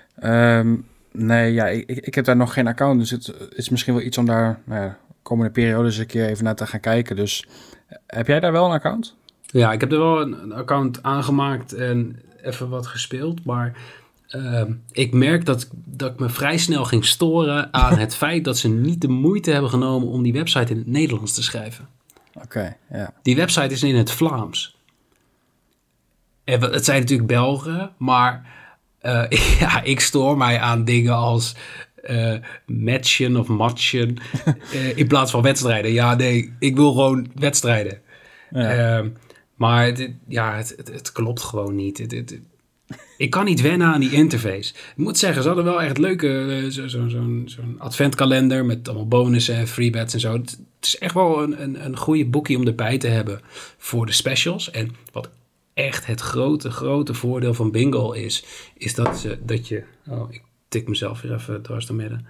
ik heb daar nog geen account. Dus het is misschien wel iets om daar... komende periode eens een keer even naar te gaan kijken. Dus heb jij daar wel een account? Ja, ik heb er wel een account aangemaakt en even wat gespeeld. Maar ik merk dat ik me vrij snel ging storen aan het feit dat ze niet de moeite hebben genomen om die website in het Nederlands te schrijven. Oké, ja. Die website is in het Vlaams. En het zijn natuurlijk Belgen, maar ja, ik stoor mij aan dingen als matchen of matchen in plaats van wedstrijden. Ja, nee, ik wil gewoon wedstrijden. Ja. Maar het klopt gewoon niet. Ik kan niet wennen aan die interface. Ik moet zeggen, ze hadden wel echt leuke... zo'n adventkalender met allemaal bonussen en freebets en zo. Het is echt wel een goede boekie om erbij te hebben voor de specials. En wat echt het grote voordeel van Bingo is dat je... Oh, ik tik mezelf weer even dwars door midden.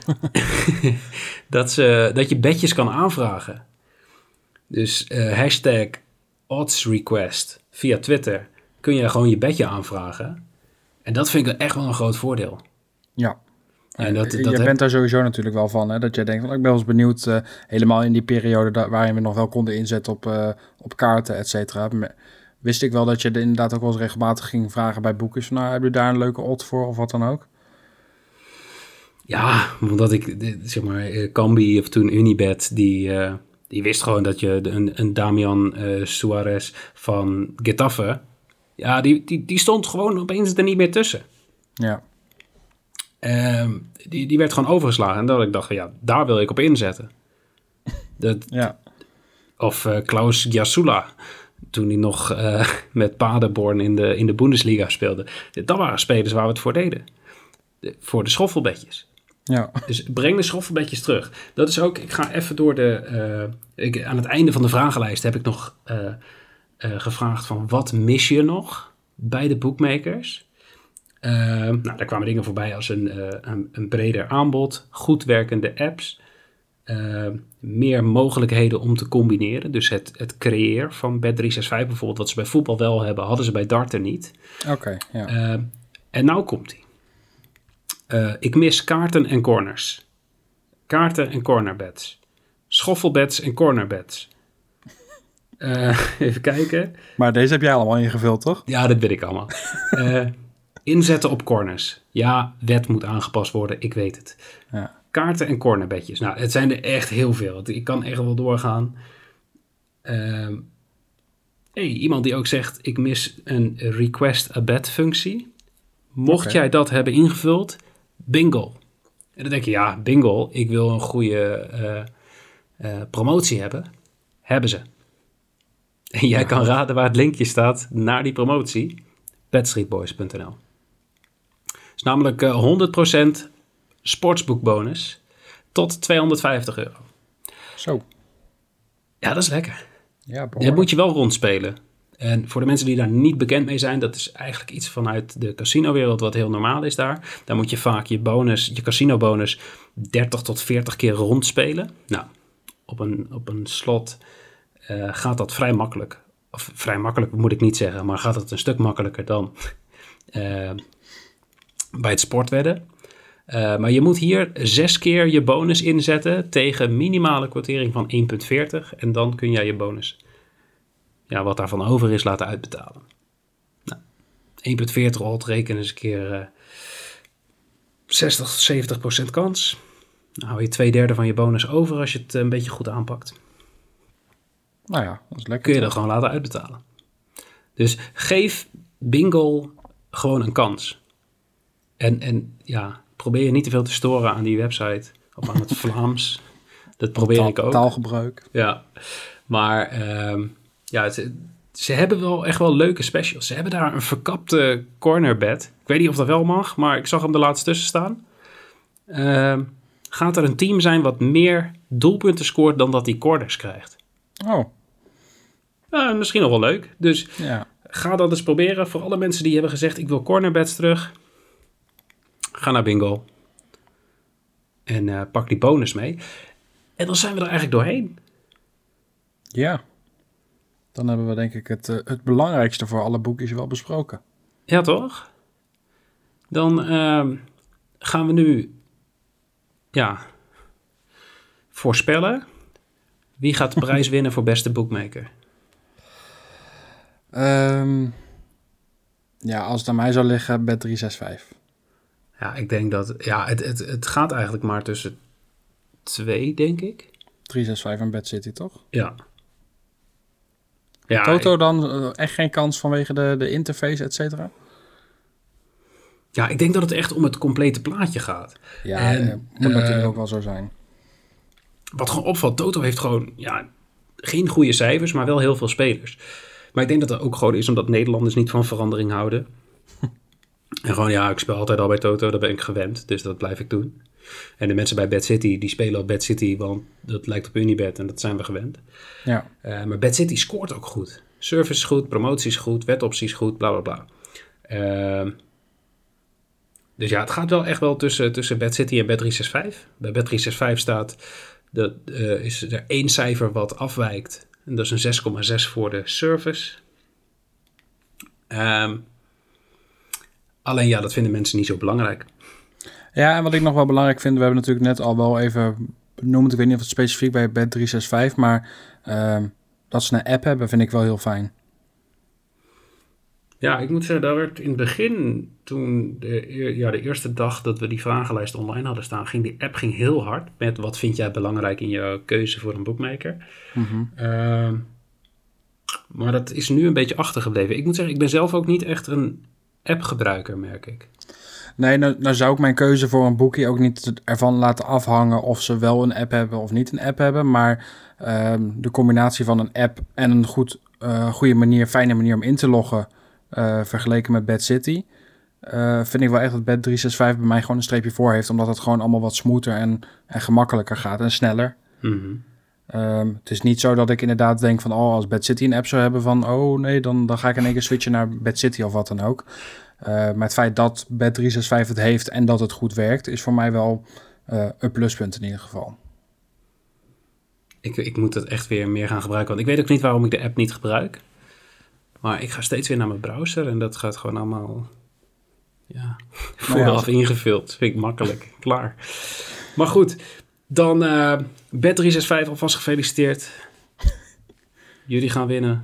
dat je bedjes kan aanvragen. Dus hashtag oddsrequest via Twitter kun je gewoon je bedje aanvragen. En dat vind ik echt wel een groot voordeel. Ja. En je bent daar sowieso natuurlijk wel van, hè? Dat jij denkt, ik ben wel eens benieuwd, helemaal in die periode waarin we nog wel konden inzetten op kaarten, et cetera. Wist ik wel dat je inderdaad ook wel eens regelmatig ging vragen bij boekjes. Nou, heb je daar een leuke odd voor of wat dan ook? Ja, omdat ik, zeg maar, Kambi of toen Unibet, die wist gewoon dat je een Damian Suarez van Getafe, ja, die stond gewoon opeens er niet meer tussen. Ja. Die werd gewoon overgeslagen. En dat ik dacht, ja, daar wil ik op inzetten. Ja. Of Klaus Jasula, toen hij nog met Paderborn in de Bundesliga speelde. Dat waren spelers waar we het voor deden. Voor de schoffelbedjes. Ja. Dus breng de schoffelbedjes terug. Dat is ook, ik ga even door aan het einde van de vragenlijst heb ik nog gevraagd van wat mis je nog bij de bookmakers? Nou, daar kwamen dingen voorbij als een breder aanbod, goed werkende apps, meer mogelijkheden om te combineren. Dus het creëren van Bet365 bijvoorbeeld, wat ze bij voetbal wel hebben, hadden ze bij darten niet. Oké, ja. En nou komt ie. Ik mis kaarten en corners. Kaarten en cornerbets. Schoffelbets en cornerbets. Even kijken. Maar deze heb jij allemaal ingevuld, toch? Ja, dat weet ik allemaal. Inzetten op corners. Ja, wet moet aangepast worden, ik weet het. Ja. Kaarten en cornerbedjes. Nou, het zijn er echt heel veel. Ik kan echt wel doorgaan. Iemand die ook zegt, ik mis een request a bet functie. Mocht jij dat hebben ingevuld, bingo. En dan denk je, ja, bingo, ik wil een goede promotie hebben. Hebben ze. En jij kan raden waar het linkje staat naar die promotie. betstreetboys.nl. Het is namelijk 100% sportsboekbonus tot €250. Zo. Ja, dat is lekker. Ja, Dat moet je wel rondspelen. En voor de mensen die daar niet bekend mee zijn, dat is eigenlijk iets vanuit de casinowereld wat heel normaal is daar. Daar moet je vaak je casinobonus 30 tot 40 keer rondspelen. Nou, op een slot gaat dat vrij makkelijk. Of vrij makkelijk moet ik niet zeggen, maar gaat het een stuk makkelijker dan bij het sportwedden. Maar je moet hier 6 keer je bonus inzetten tegen minimale quotering van 1,40. En dan kun jij je bonus, ja, wat daarvan over is, laten uitbetalen. Nou, 1,40 odd, reken eens een keer 60, 70% kans. Dan hou je 2/3 van je bonus over als je het een beetje goed aanpakt. Nou ja, dat is lekker. Kun je dat gewoon laten uitbetalen. Dus geef bingo gewoon een kans. En ja, probeer je niet te veel te storen aan die website of aan het Vlaams. Dat probeer ik ook. Taalgebruik. Ja, maar ja, ze hebben wel echt wel leuke specials. Ze hebben daar een verkapte cornerbed. Ik weet niet of dat wel mag, maar ik zag hem er laatst tussen staan. Gaat er een team zijn wat meer doelpunten scoort dan dat hij corners krijgt? Oh. Misschien nog wel leuk. Dus Ja. ga dat eens proberen. Voor alle mensen die hebben gezegd, ik wil cornerbets terug. Ga naar bingo. En pak die bonus mee. En dan zijn we er eigenlijk doorheen. Ja. Dan hebben we denk ik het belangrijkste voor alle boekjes wel besproken. Ja, toch? Dan gaan we nu voorspellen. Wie gaat de prijs winnen voor beste bookmaker? Ja, als het aan mij zou liggen, Bet365. Ja, ik denk dat... Ja, het gaat eigenlijk maar tussen 2, denk ik. 365 en BadCity, toch? Ja. Ja, Toto dan echt geen kans vanwege de interface, et cetera? Ja, ik denk dat het echt om het complete plaatje gaat. Ja, En, moet natuurlijk ook wel zo zijn. Wat gewoon opvalt, Toto heeft gewoon geen goede cijfers, maar wel heel veel spelers. Maar ik denk dat dat ook gewoon is omdat Nederlanders niet van verandering houden. En gewoon, ik speel altijd al bij Toto, dat ben ik gewend, dus dat blijf ik doen. En de mensen bij BadCity, die spelen op BadCity, want dat lijkt op Unibet en dat zijn we gewend. Ja. Maar BadCity scoort ook goed. Service is goed, promotie is goed, wetopties is goed, bla bla bla. Dus ja, het gaat wel echt wel tussen BadCity en Bet365. Bij Bet365 staat, is er 1 cijfer wat afwijkt. En dat is een 6,6 voor de service. Alleen dat vinden mensen niet zo belangrijk. Ja, en wat ik nog wel belangrijk vind, we hebben natuurlijk net al wel even benoemd, ik weet niet of het specifiek bij Bet365, maar dat ze een app hebben, vind ik wel heel fijn. Ja, ik moet zeggen, daar werd in het begin, toen de eerste dag dat we die vragenlijst online hadden staan, die app heel hard met wat vind jij belangrijk in je keuze voor een bookmaker. Mm-hmm. Maar dat is nu een beetje achtergebleven. Ik moet zeggen, ik ben zelf ook niet echt een appgebruiker, merk ik. Nee, nou zou ik mijn keuze voor een boekie ook niet ervan laten afhangen of ze wel een app hebben of niet een app hebben. Maar de combinatie van een app en een goede manier, fijne manier om in te loggen, vergeleken met BadCity, vind ik wel echt dat Bet365 bij mij gewoon een streepje voor heeft, omdat het gewoon allemaal wat smoother en gemakkelijker gaat en sneller. Mm-hmm. Het is niet zo dat ik inderdaad denk van, als BadCity een app zou hebben van, nee, dan ga ik in één keer switchen naar BadCity of wat dan ook. Maar het feit dat Bet365 het heeft en dat het goed werkt, is voor mij wel een pluspunt in ieder geval. Ik moet het echt weer meer gaan gebruiken, want ik weet ook niet waarom ik de app niet gebruik. Maar ik ga steeds weer naar mijn browser en dat gaat gewoon allemaal vooraf ingevuld. Dat vind ik makkelijk. Klaar. Maar goed, dan Bet365 alvast gefeliciteerd. Jullie gaan winnen.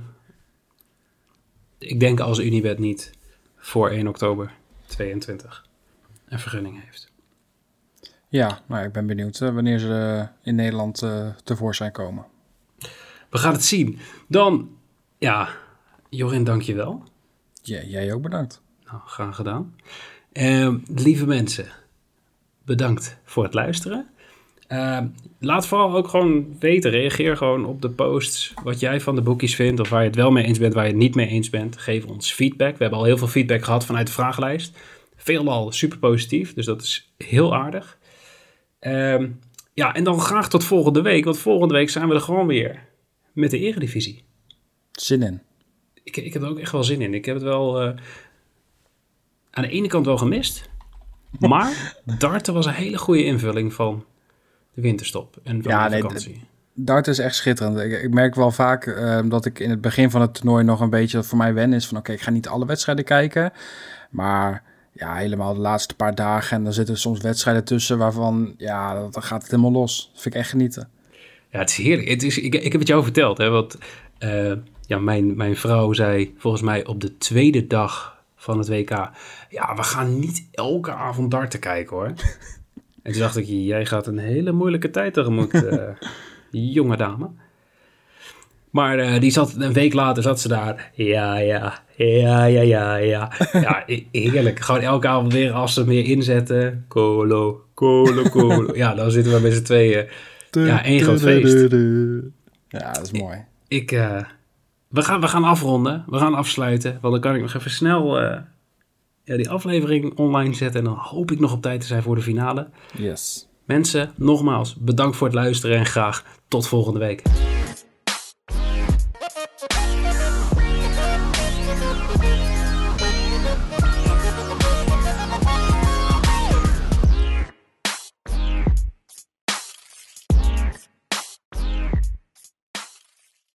Ik denk als Unibet niet voor 1 oktober 2022 een vergunning heeft. Ja, ik ben benieuwd wanneer ze in Nederland tevoorschijn komen. We gaan het zien. Dan, Jorin, dank je wel. Ja, jij ook bedankt. Nou, graag gedaan. Lieve mensen, bedankt voor het luisteren. Laat vooral ook gewoon weten, reageer gewoon op de posts wat jij van de boekies vindt of waar je het wel mee eens bent, waar je het niet mee eens bent. Geef ons feedback. We hebben al heel veel feedback gehad vanuit de vragenlijst. Veelal super positief, dus dat is heel aardig. En dan graag tot volgende week, want volgende week zijn we er gewoon weer met de Eredivisie. Zin in. Ik heb er ook echt wel zin in. Ik heb het wel aan de ene kant wel gemist, maar darten was een hele goede invulling van de winterstop en van de vakantie. Dart is echt schitterend. Ik merk wel vaak dat ik in het begin van het toernooi nog een beetje voor mij wennen is van ik ga niet alle wedstrijden kijken. Maar helemaal de laatste paar dagen en dan zitten er soms wedstrijden tussen waarvan, dan gaat het helemaal los. Dat vind ik echt genieten. Ja, het is heerlijk. Ik heb het jou verteld, hè, want mijn vrouw zei volgens mij op de 2e dag van het WK, we gaan niet elke avond darten kijken hoor. En toen dacht ik, jij gaat een hele moeilijke tijd tegemoet, jonge dame. Maar die zat een week later, zat ze daar. Ja. Ja, heerlijk. Gewoon elke avond weer als ze meer inzetten. Colo. Ja, dan zitten we met z'n tweeën. Één groot feest. Ja, dat is mooi. We gaan afronden. We gaan afsluiten. Want dan kan ik nog even snel die aflevering online zetten. En dan hoop ik nog op tijd te zijn voor de finale. Yes. Mensen, nogmaals, bedankt voor het luisteren en graag tot volgende week.